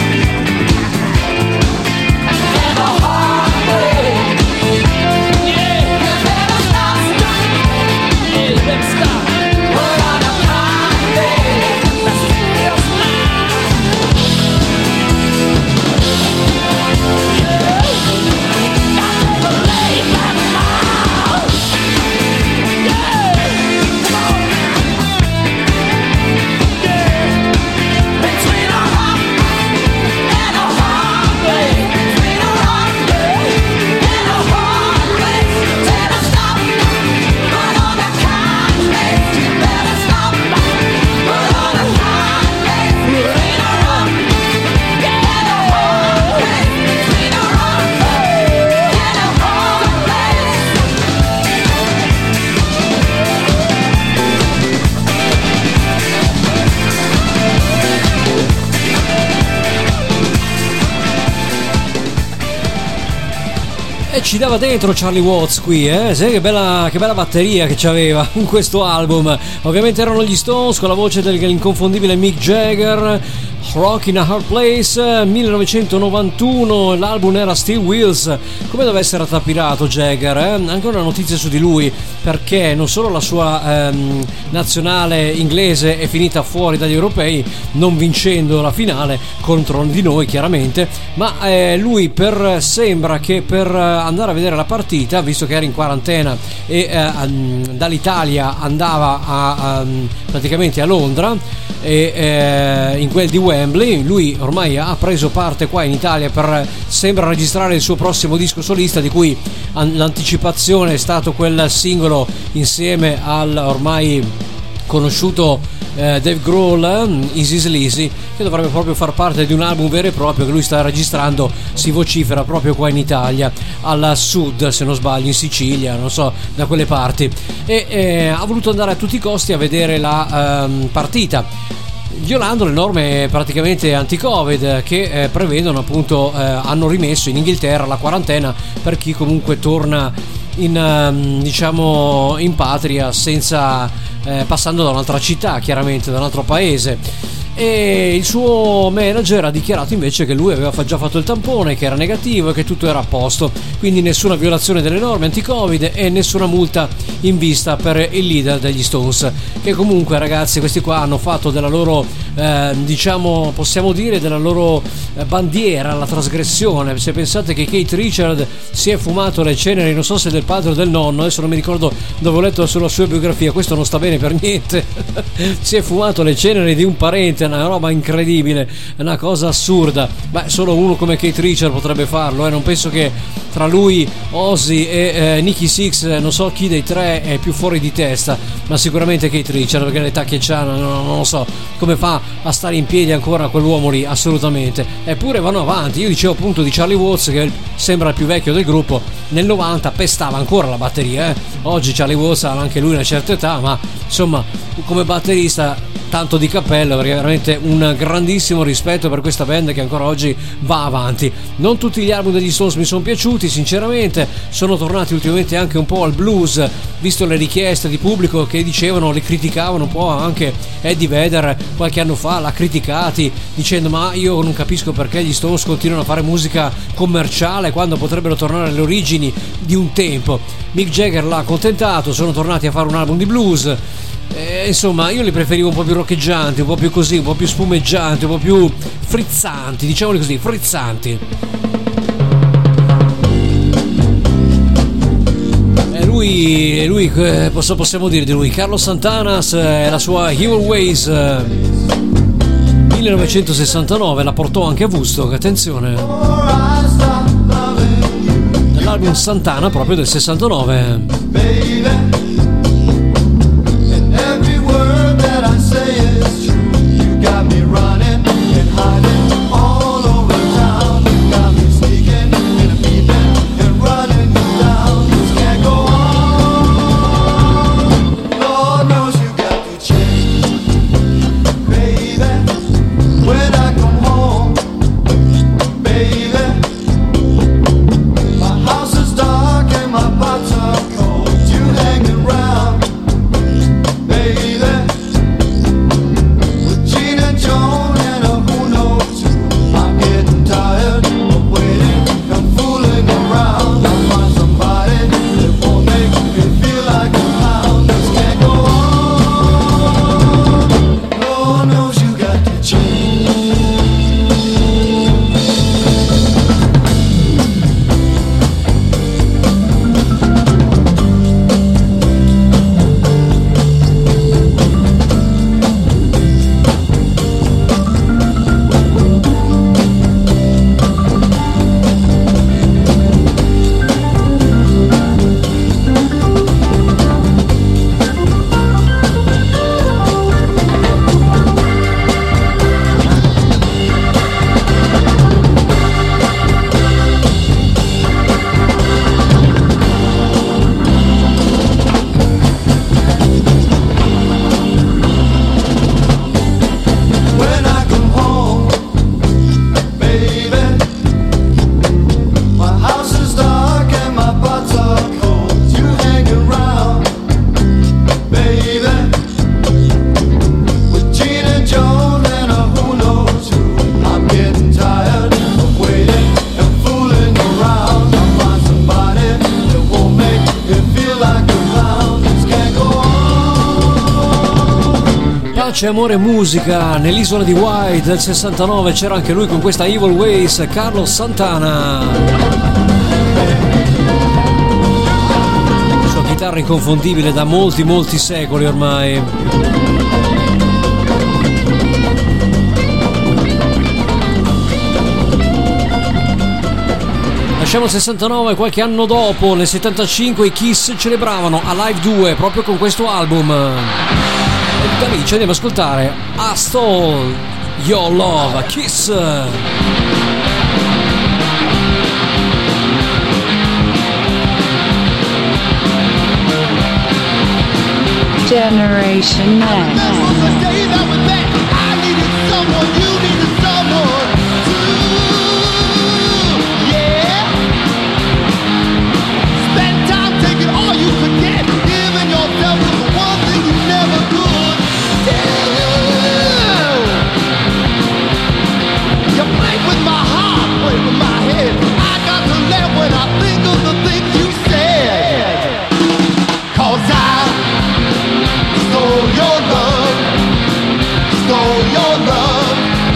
and a hard place. Yeah, you better stop. Yeah, you better stop. Put on a kind face. That's real smile. Yeah, I never lay my mouth. Yeah, come on. Yeah, between a rock and a hard place. Between a rock and a hard place. Better stop. Put on a kind face. You better stop. Put on a kind face. Between a rock and a hard place. Between a rock and a hard place. E ci dava dentro Charlie Watts qui, sai che bella batteria che c'aveva in questo album. Ovviamente erano gli Stones con la voce dell'inconfondibile Mick Jagger. Rock in a Hard Place, 1991, l'album era Steel Wheels. Come deve essere attapirato Jagger, Ancora notizie su di lui, perché non solo la sua nazionale inglese è finita fuori dagli europei, non vincendo la finale contro di noi chiaramente, ma lui sembra che per andare a vedere la partita, visto che era in quarantena e dall'Italia andava praticamente a Londra e in quel di Wembley, lui ormai ha preso parte qua in Italia per sembra registrare il suo prossimo disco solista, di cui l'anticipazione è stato quel singolo insieme al ormai conosciuto Dave Grohl, Easy Sleazy, che dovrebbe proprio far parte di un album vero e proprio che lui sta registrando, si vocifera, proprio qua in Italia, al sud se non sbaglio, in Sicilia, non so, da quelle parti, e ha voluto andare a tutti i costi a vedere la partita, violando le norme praticamente anti-Covid che prevedono appunto, hanno rimesso in Inghilterra la quarantena per chi comunque torna in patria senza passando da un'altra città, chiaramente da un altro paese. E il suo manager ha dichiarato invece che lui aveva già fatto il tampone, che era negativo e che tutto era a posto, quindi nessuna violazione delle norme anti-Covid e nessuna multa in vista per il leader degli Stones, che comunque, ragazzi, questi qua hanno fatto della loro possiamo dire della loro bandiera la trasgressione. Se pensate che Keith Richards si è fumato le ceneri, non so se del padre o del nonno, adesso non mi ricordo dove ho letto sulla sua biografia, questo non sta bene per niente. Si è fumato le ceneri di un parente, una roba incredibile, una cosa assurda. Beh, solo uno come Keith Richards potrebbe farlo, non penso che tra lui, Ozzy e Nicky Six, non so chi dei tre è più fuori di testa, ma sicuramente Keith Richards, perché l'età che c'ha non lo so come fa a stare in piedi ancora quell'uomo lì, assolutamente. Eppure vanno avanti. Io dicevo appunto di Charlie Watts, che sembra il più vecchio del gruppo, nel 90 pestava ancora la batteria, Oggi Charlie Watts ha anche lui una certa età, ma insomma come batterista tanto di cappello, perché veramente un grandissimo rispetto per questa band che ancora oggi va avanti. Non tutti gli album degli Stones mi sono piaciuti, sinceramente. Sono tornati ultimamente anche un po' al blues, visto le richieste di pubblico che dicevano, le criticavano un po'. Anche Eddie Vedder qualche anno fa l'ha criticati dicendo: ma io non capisco perché gli Stones continuano a fare musica commerciale quando potrebbero tornare alle origini di un tempo. Mick Jagger l'ha accontentato, sono tornati a fare un album di blues. Insomma, io li preferivo un po' più roccheggianti, un po' più così, un po' più spumeggianti, un po' più frizzanti, diciamoli così, frizzanti. lui possiamo dire di lui, Carlos Santana e la sua Evil Ways 1969, la portò anche a Woodstock, attenzione, nell'album Santana proprio del 69. Pace, amore e musica nell'isola di White del 69, c'era anche lui con questa Evil Ways, Carlos Santana. Sua chitarra inconfondibile da molti secoli ormai. Lasciamo il 69, qualche anno dopo, nel 75, i Kiss celebravano Alive 2 proprio con questo album. E da lì ci andiamo ad ascoltare I Stole Your Love, Kiss. Generation Next. Stole your love,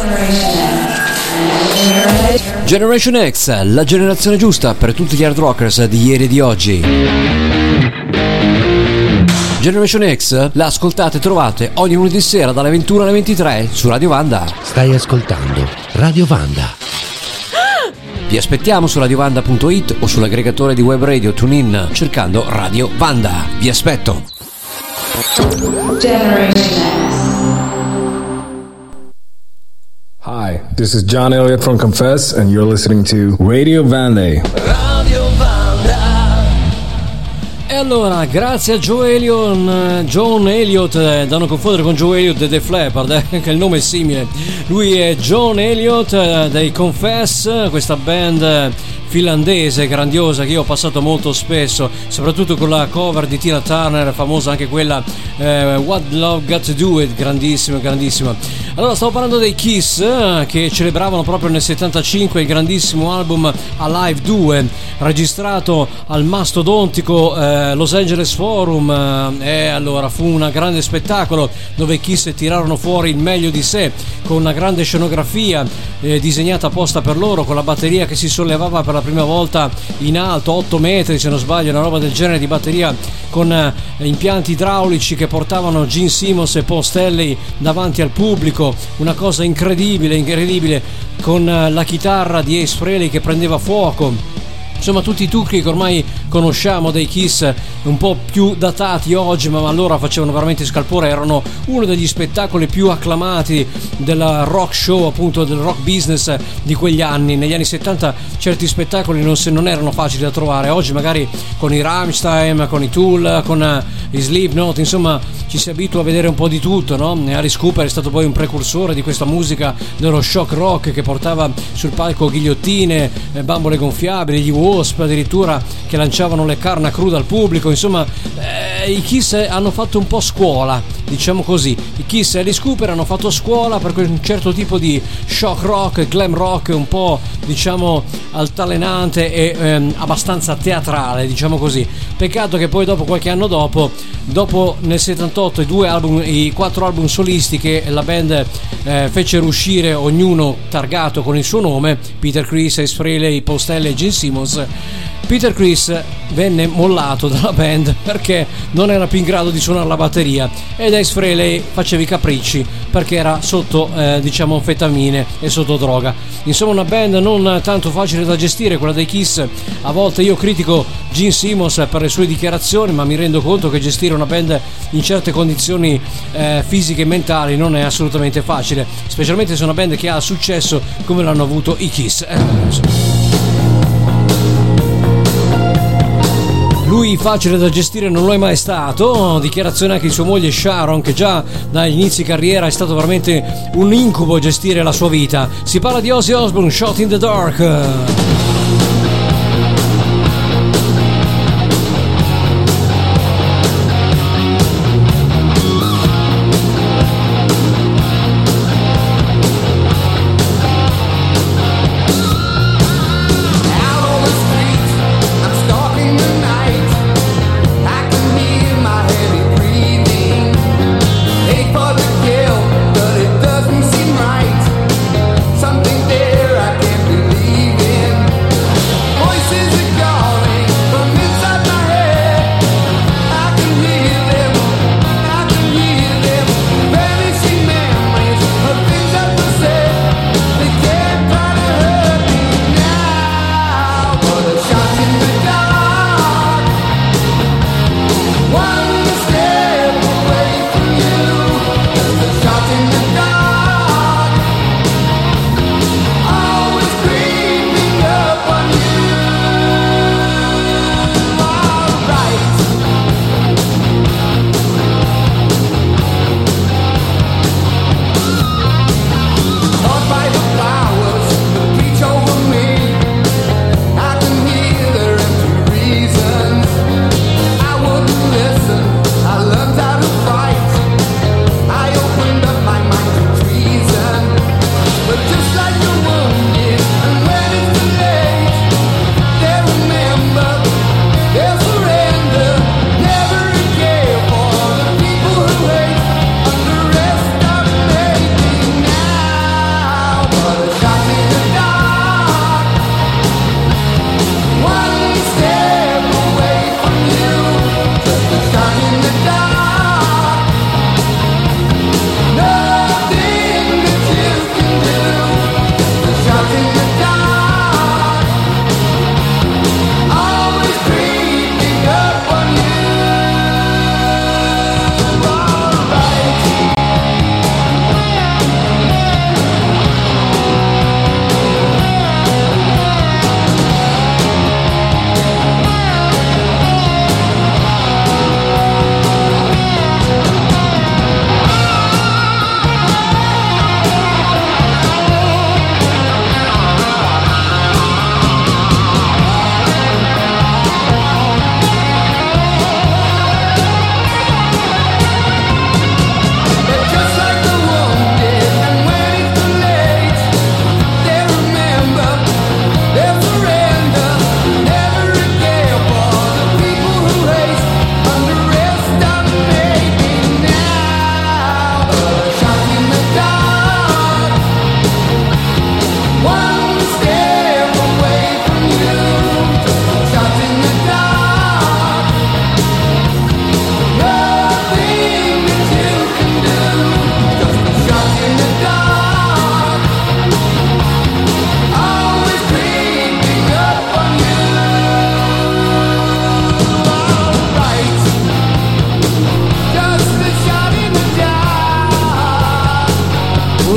Generation X, la generazione giusta per tutti gli hard rockers di ieri e di oggi. Generation X la ascoltate e trovate ogni lunedì sera dalle 21 alle 23 su Radio Vanda. Stai ascoltando Radio Vanda. Vi aspettiamo su radiovanda.it o sull'aggregatore di web radio TuneIn cercando Radio Vanda. Vi aspetto. Hi, this is John Elliott from Confess, and you're listening to Radio Vanda. Radio Vanda. E allora, grazie a John Elliott, da non confondere con Joe Elliott dei Flappard, che il nome è simile. Lui è John Elliott dei Confess, questa band finlandese grandiosa che io ho passato molto spesso, soprattutto con la cover di Tina Turner, famosa anche quella What Love Got to Do It, grandissima, grandissima. Allora, stavo parlando dei Kiss che celebravano proprio nel 75 il grandissimo album Alive 2, registrato al mastodontico Los Angeles Forum, e allora fu un grande spettacolo dove i Kiss tirarono fuori il meglio di sé, con una grande scenografia disegnata apposta per loro, con la batteria che si sollevava per la prima volta in alto, 8 metri se non sbaglio, una roba del genere di batteria, con impianti idraulici che portavano Gene Simmons e Paul Stanley davanti al pubblico, una cosa incredibile, con la chitarra di Ace Frehley che prendeva fuoco. Insomma, tutti i trucchi che ormai conosciamo dei Kiss, un po' più datati oggi, ma allora facevano veramente scalpore, erano uno degli spettacoli più acclamati del rock show, appunto del rock business di quegli anni. Negli anni 70 certi spettacoli non erano facili da trovare, oggi magari con i Rammstein, con i Tool, con i Slipknot, insomma ci si abitua a vedere un po' di tutto, no? Alice Cooper è stato poi un precursore di questa musica dello shock rock che portava sul palco ghigliottine, bambole gonfiabili, gli Wasp addirittura che lanciavano le carne cruda al pubblico. Insomma, i Kiss hanno fatto un po' scuola, diciamo così. I Kiss e Alice Cooper hanno fatto scuola per un certo tipo di shock rock, glam rock, un po' diciamo altalenante e abbastanza teatrale, diciamo così. Peccato che poi dopo, qualche anno dopo nel 78 i 4 album solisti che la band fece uscire, ognuno targato con il suo nome, Peter Criss, Ace Frehley, Paul Stanley e Gene Simmons, Peter Criss venne mollato dalla band perché non era più in grado di suonare la batteria, ed Ace Frehley faceva i capricci perché era sotto diciamo anfetamine e sotto droga. Insomma, una band non tanto facile da gestire, quella dei Kiss. A volte io critico Gene Simmons per le sue dichiarazioni, ma mi rendo conto che gestire una band in certe condizioni fisiche e mentali non è assolutamente facile, specialmente se è una band che ha successo come l'hanno avuto i Kiss. Lui facile da gestire non lo è mai stato, dichiarazione anche di sua moglie Sharon, che già dagli inizi carriera è stato veramente un incubo gestire la sua vita. Si parla di Ozzy Osbourne, Shot in the Dark. Something there I can't believe in.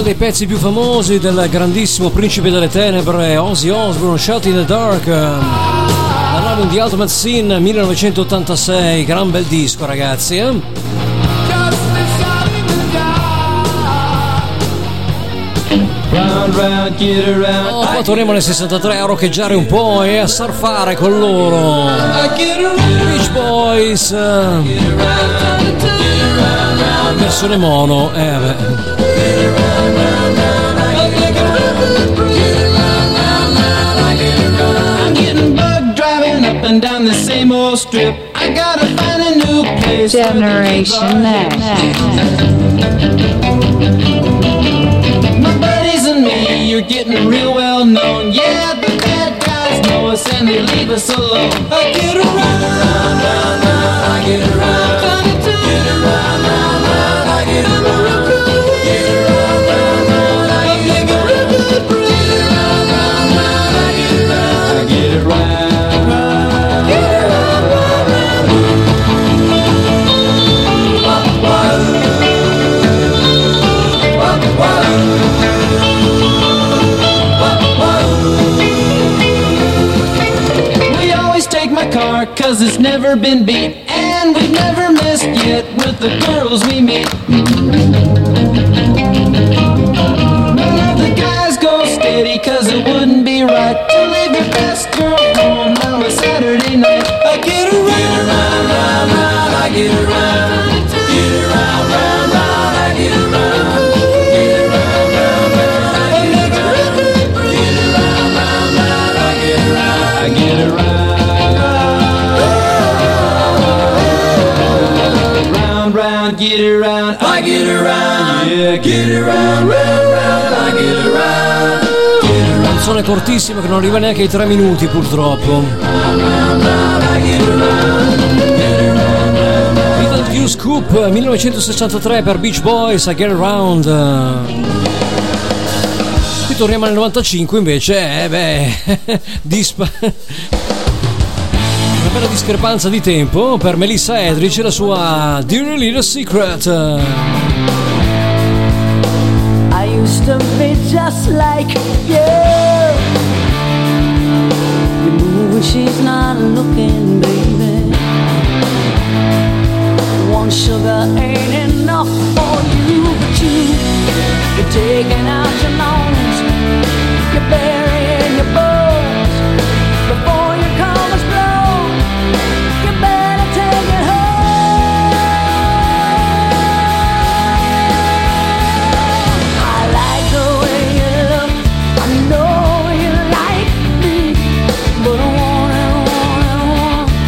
dei pezzi più famosi del grandissimo principe delle tenebre Ozzy Osbourne, Shot in the Dark, dall'album di Ultimate Sin 1986, gran bel disco ragazzi, poi torniamo nel 63 a roccheggiare un po' e a surfare con loro. Beach Boys, versione mono, vabbè. And down the same old strip, I gotta find a new place. Generation Next. My buddies and me, you're getting real well known. Yeah, the bad guys know us and they leave us alone. I get around, round, round, round, I get around, get around, round, round, I get around, get around, round, round, I get around, get around, round, round, I get around, I get around. Car, 'cause it's never been beat, and we've never missed yet with the girls we meet. None of the guys go steady, 'cause it wouldn't be right to leave your best girl home on a Saturday night. I get around, round, round, round, I get around, round, round, I get around, round, round, I get around, round, round, I get around, I get around. Get around, I get around, yeah, get around, round, round, I get around, get around. Canzone cortissima che non arriva neanche ai 3 minuti purtroppo. Little Q Scoop 1963 per Beach Boys, I Get Around. Qui torniamo nel 95 invece, una bella discrepanza di tempo per Melissa Etheridge e la sua Dear Little Secret. I used to be just like you. You move when she's not looking, baby. One sugar ain't enough for you, but you're taking out your loans, you're burying your bones before your commas blow. You better take it home. I like the way you look, I know you like me, but I want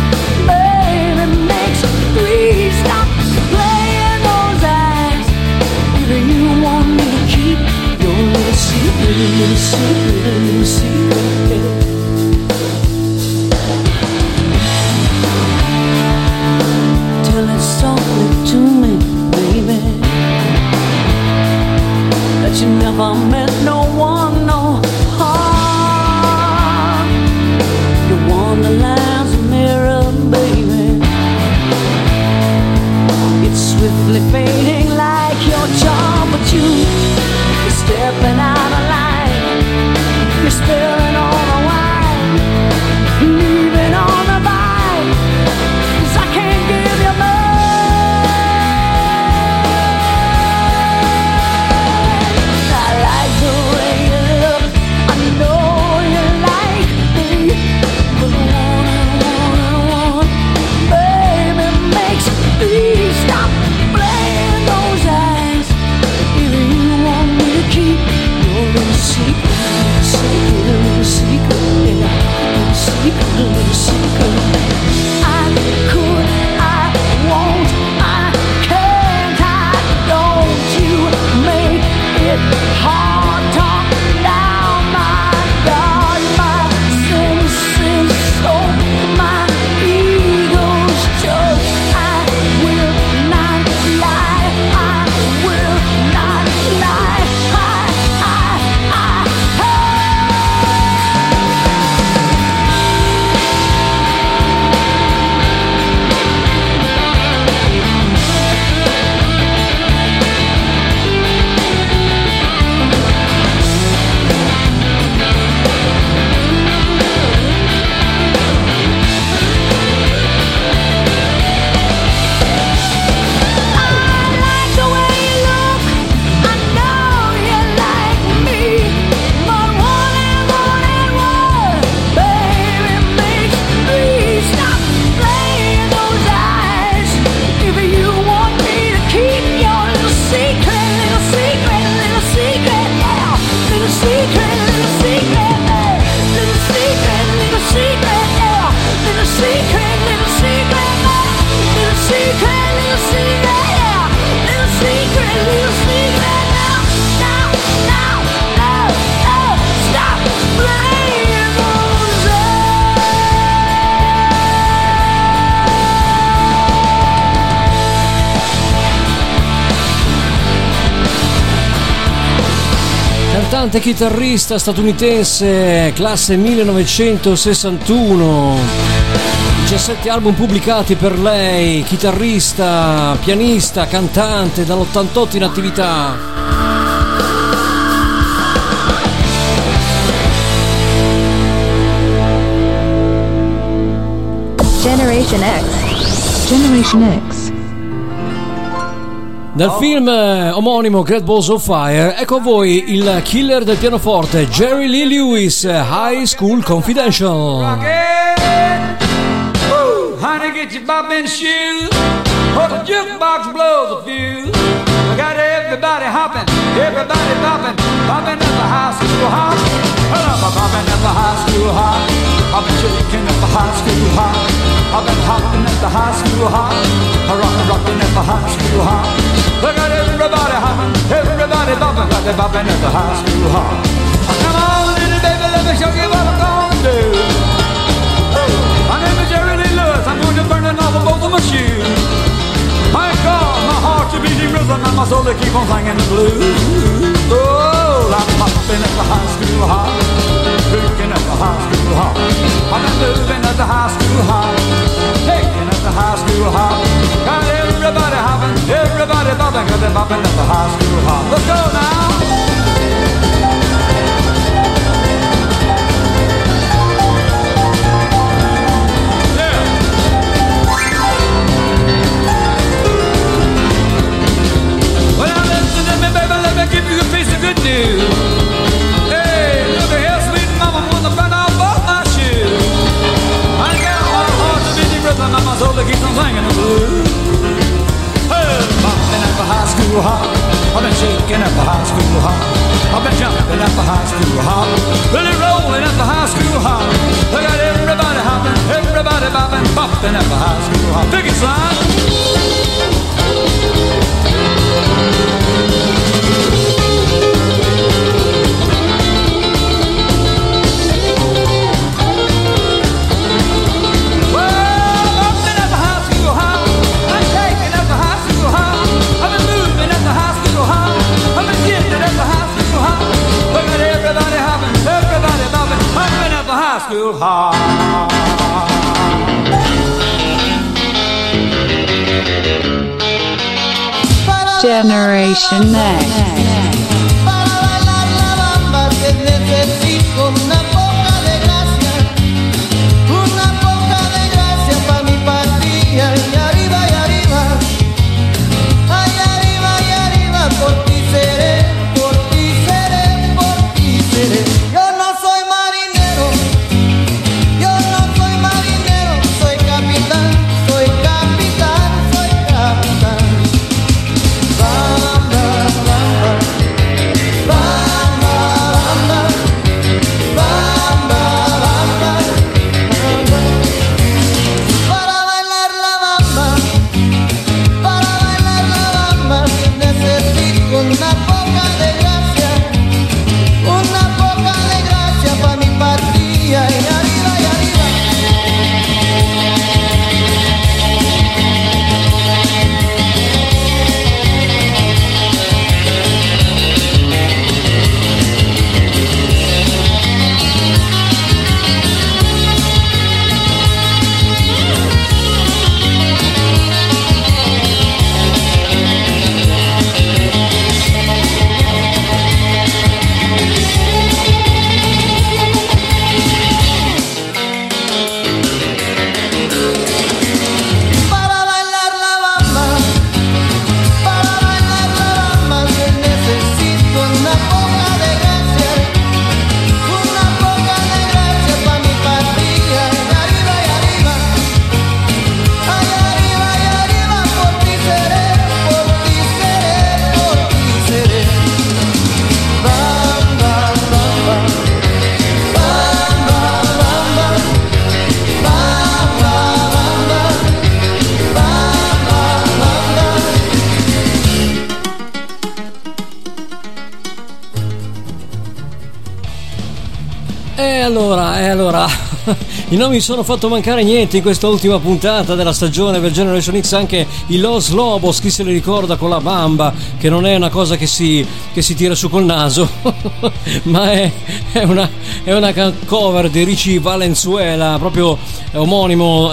cantante e chitarrista statunitense, classe 1961. 17 album pubblicati per lei, chitarrista, pianista, cantante, dall'88 in attività. Generation X. Generation X. Nel film omonimo Great Balls of Fire, ecco a voi il killer del pianoforte Jerry Lee Lewis, High School Confidential. Honey, get your bobbin shoes, or the jukebox blows a fuse. I got everybody hopping, everybody bopping, bopping at the high school hop. I'm bopping at the high school hop. I've been shaking at the high school hop. I've been hopping at the high school hop. Rocking at the high school hop. I got everybody hopping, everybody bopping, got they bopping at the high school hop. Come on, little baby, let me show you what I'm gonna do. My name is Jerry Lee Lewis, I'm going to burn it off of both of my shoes. My God, my heart's a beating rhythm and my soul to keep on singing the blues. Oh, I'm hopping at the high school hop, drinking at the high school hop. I've been moving at the high school hop, taking at the high school hop. Got everybody hopping, everybody bopping, got them bopping at the high school hop. Let's go now. Give you a piece of good news. Hey, look at here, sweet mama, wanna burn off both my shoes. I got my heart to beat the rhythm and my soul to keep on singing the blues. Hey, bopping at the high school hop. I've been shaking at the high school hop. I've been jumping at the high school hop. Really rolling at the high school hop. I got everybody hopping, everybody bopping, bopping at the high school hop. Pick it, son. School hop. Generation Next. Para bailar la bamba que necesito una poca de gracia para mi patria. Y arriba, ay arriba, por ti seré, por ti seré, por ti seré. Yo no soy marinero, soy capitán, soy capitán, soy capitán. Bamba, bamba, bamba, bamba, bamba, bamba. Para bailar la bamba, necesito una poca de gracia para mi patria. Y arriba, para bailar la bamba, necesito una poca de gracia para mi patria. Y arriba, ay arriba, por ti seré, por ti seré, por ti seré. Bamba, bamba, bamba, bamba, bamba, E allora, non mi sono fatto mancare niente in questa ultima puntata della stagione per Generation X, anche i Los Lobos, chi se li ricorda, con la bamba, che non è una cosa che si tira su col naso ma è una cover di Richie Valenzuela, proprio omonimo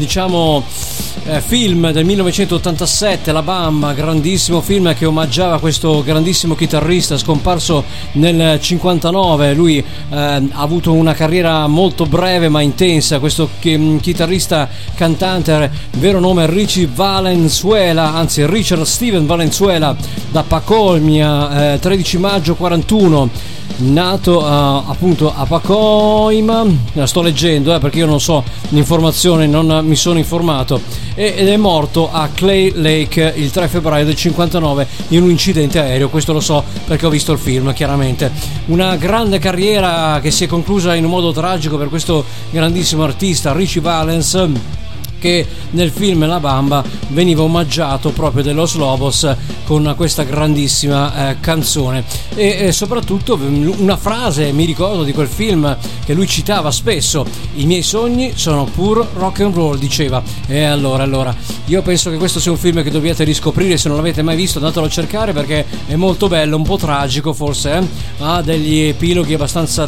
film del 1987, La Bamba, grandissimo film che omaggiava questo grandissimo chitarrista scomparso nel 59. Lui ha avuto una carriera molto breve ma intensa, questo chitarrista cantante, vero nome è Richie Valenzuela, anzi Richard Steven Valenzuela, da Pacolmia, 13 maggio 41, nato appunto a Pacoima, la sto leggendo perché io non so l'informazione, non mi sono informato, ed è morto a Clay Lake il 3 febbraio del 59 in un incidente aereo. Questo lo so perché ho visto il film, chiaramente. Una grande carriera che si è conclusa in un modo tragico per questo grandissimo artista Richie Valens, che nel film La Bamba veniva omaggiato proprio dello Lobos con questa grandissima canzone, e soprattutto una frase, mi ricordo di quel film, che lui citava spesso: i miei sogni sono pur rock and roll, diceva. E allora io penso che questo sia un film che dobbiate riscoprire, se non l'avete mai visto andatelo a cercare perché è molto bello, un po' tragico forse, ha degli epiloghi abbastanza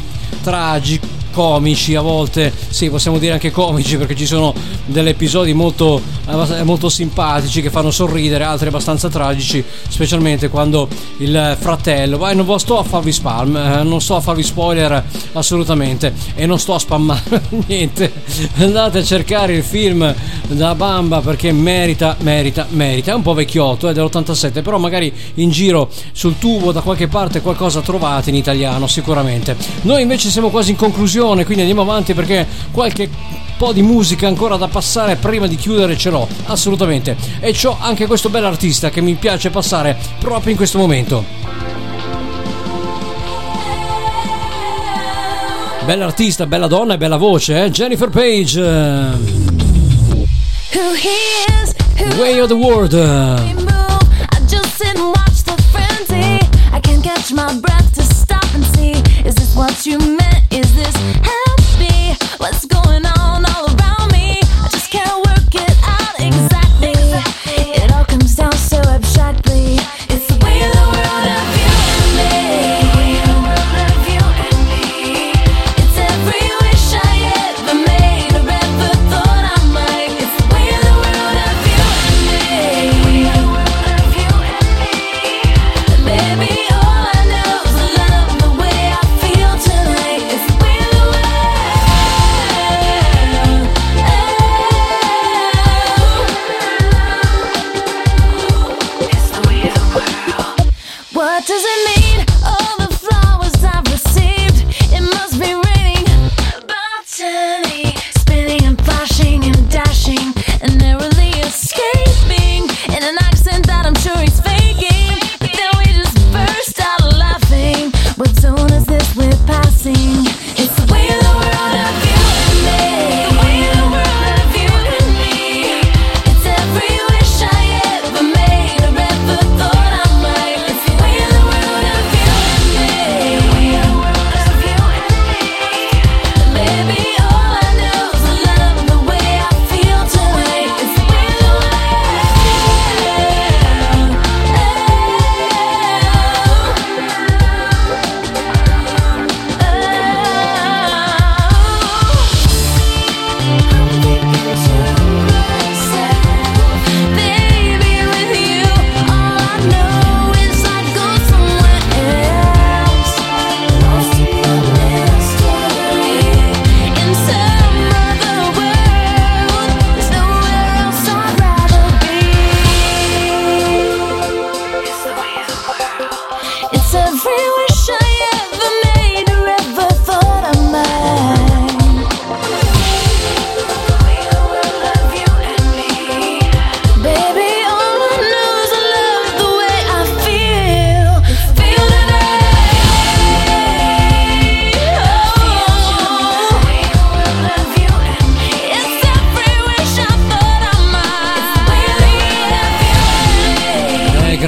comici a volte, sì, possiamo dire anche comici, perché ci sono degli episodi molto simpatici che fanno sorridere, altri abbastanza tragici, specialmente quando il fratello, non sto a farvi non sto a farvi spoiler assolutamente, e non sto a spammare niente, andate a cercare il film da Bamba perché merita. È un po' vecchiotto, è dell'87, però magari in giro sul tubo da qualche parte qualcosa trovate in italiano sicuramente. Noi invece siamo quasi in conclusione, quindi andiamo avanti perché qualche po' di musica ancora da passare prima di chiudere ce l'ho, assolutamente, e c'ho anche questo bell'artista che mi piace passare proprio in questo momento. Bell'artista, bella donna e bella voce, Jennifer Page, Way of the World. I just sit and watch the frenzy. I can't catch my breath to stop and see. Is this what you meant? Is this happy? What's going on all around me? I just can't work it out exactly. It all comes down so abstractly. It's the way of the world of you and me. The way of the world of you and me. It's every wish I ever made or ever thought I might. It's the way of the world of you and me. The way of the world of you and me. Baby, all I know is I love the way I feel tonight. It's the way of the world.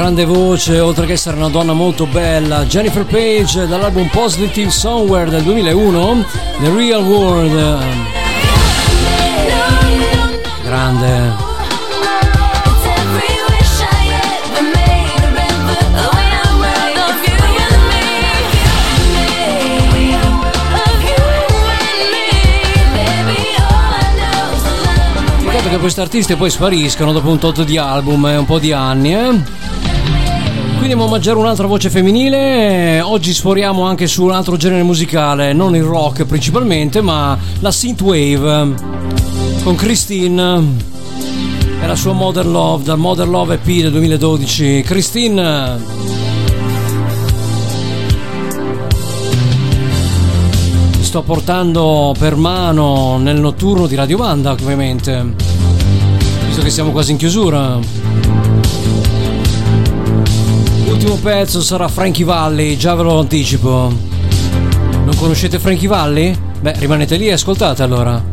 grande voce, oltre che essere una donna molto bella, Jennifer Page, dall'album Positive Somewhere del 2001, The Real World. Grande. Che questi artisti poi spariscono dopo un tot di album e un po' di anni, Quindi andiamo a mangiare un'altra voce femminile. Oggi sforiamo anche su un altro genere musicale, non il rock principalmente, ma la synthwave, con Christine e la sua Modern Love, dal Modern Love EP del 2012. Christine, sto portando per mano nel notturno di Radio Vanda, ovviamente, visto che siamo quasi in chiusura. L'ultimo pezzo sarà Frankie Valli, già ve lo anticipo. Non conoscete Frankie Valli? Beh, rimanete lì e ascoltate allora.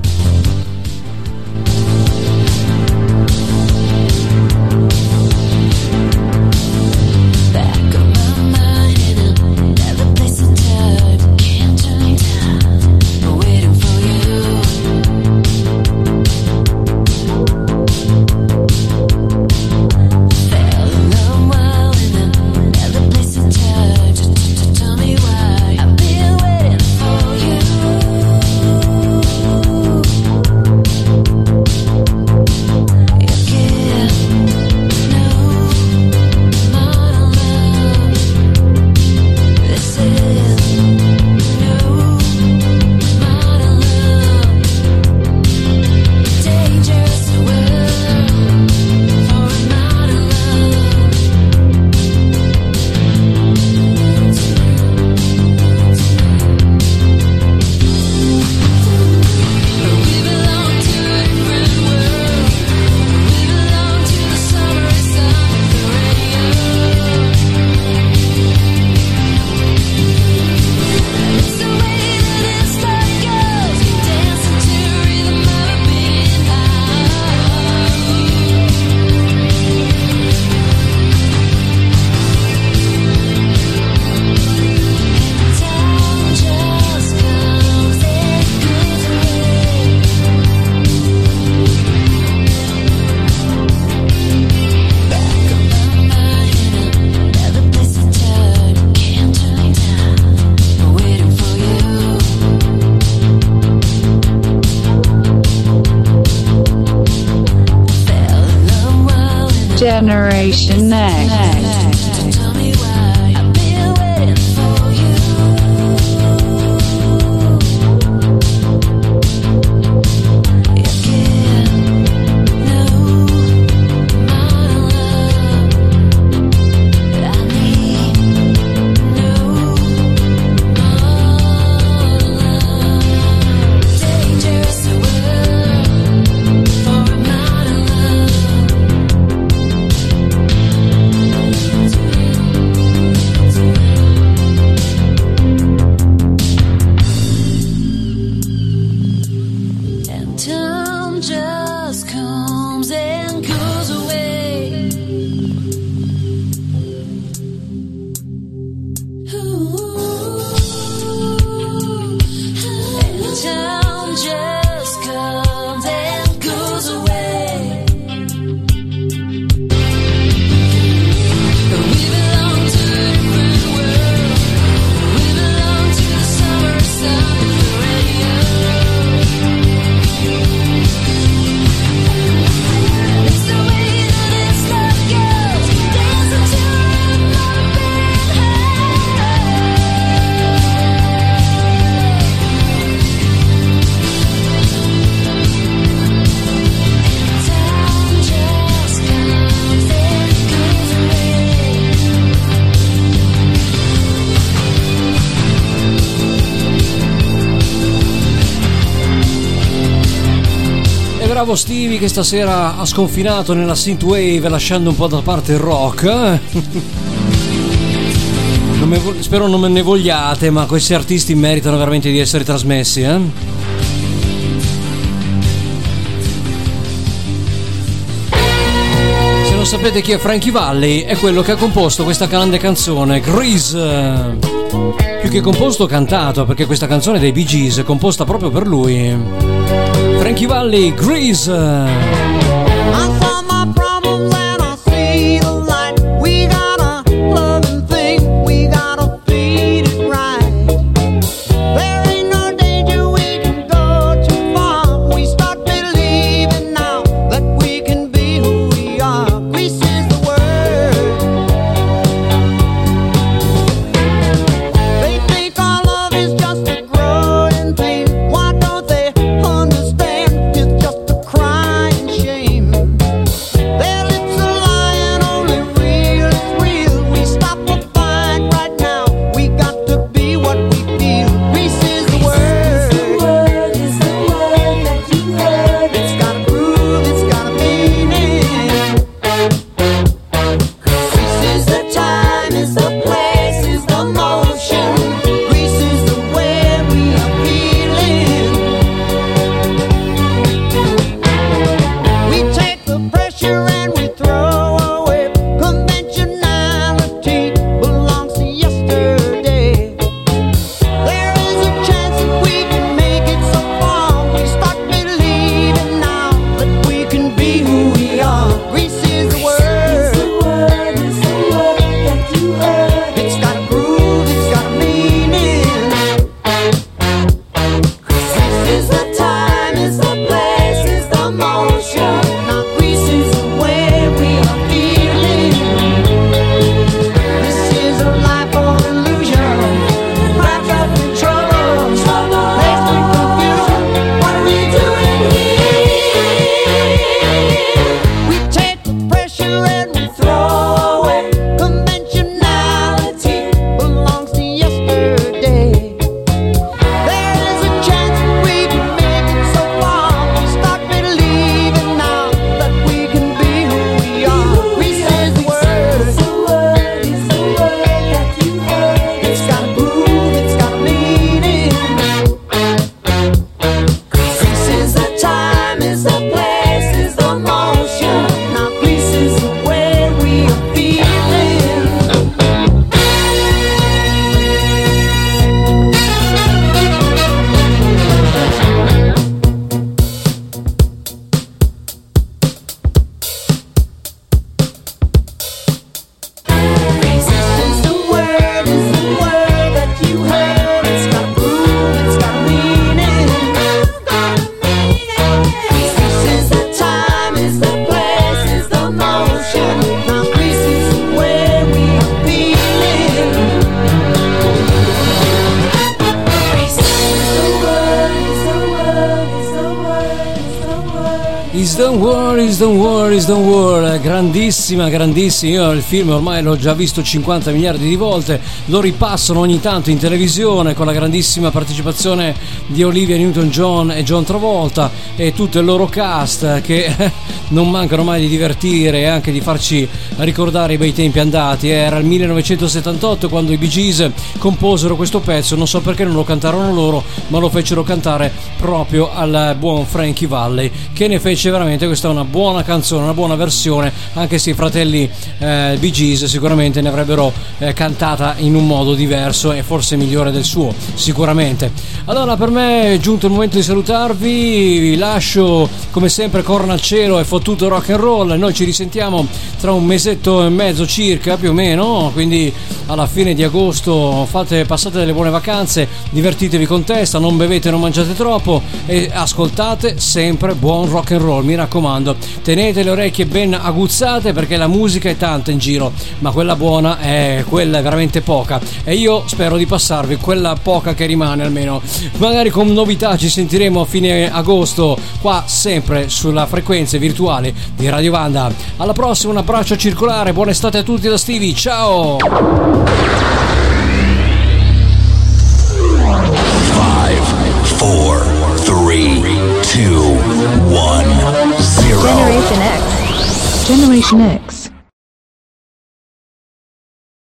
Generation Next. Bravo Stevie che stasera ha sconfinato nella synthwave lasciando un po' da parte il rock. Spero non me ne vogliate, ma questi artisti meritano veramente di essere trasmessi, Se non sapete chi è Frankie Valli, è quello che ha composto questa grande canzone, Grease. Più che composto, cantato, perché questa canzone dei Bee Gees è composta proprio per lui. Frankie Valli, Grease. Don't worry, grandissima, io il film ormai l'ho già visto 50 miliardi di volte, lo ripassano ogni tanto in televisione con la grandissima partecipazione di Olivia Newton-John e John Travolta e tutto il loro cast che non mancano mai di divertire e anche di farci ricordare i bei tempi andati. Era il 1978 quando i Bee Gees composero questo pezzo, non so perché non lo cantarono loro, ma lo fecero cantare proprio al buon Frankie Valli, che ne fece veramente questa una buona canzone, una buona versione, anche se i fratelli Bee Gees sicuramente ne avrebbero cantata in un modo diverso e forse migliore del suo, sicuramente. Allora, per me è giunto il momento di salutarvi, vi lascio come sempre corna al cielo e fottuto rock and roll. Noi ci risentiamo tra un mesetto e mezzo circa, più o meno, quindi alla fine di agosto. Passate delle buone vacanze, divertitevi con testa, non bevete, non mangiate troppo e ascoltate sempre buon rock and roll, mi raccomando. Tenete le orecchie ben aguzzate perché la musica è tanta in giro, ma quella buona è veramente poca e io spero di passarvi quella poca che rimane, almeno magari con novità. Ci sentiremo a fine agosto qua sempre sulla frequenze virtuali di Radio Vanda. Alla prossima, un abbraccio circolare, buona estate a tutti da Stevie, ciao. 5, 4, 3, 2, 1, 0. Generation X.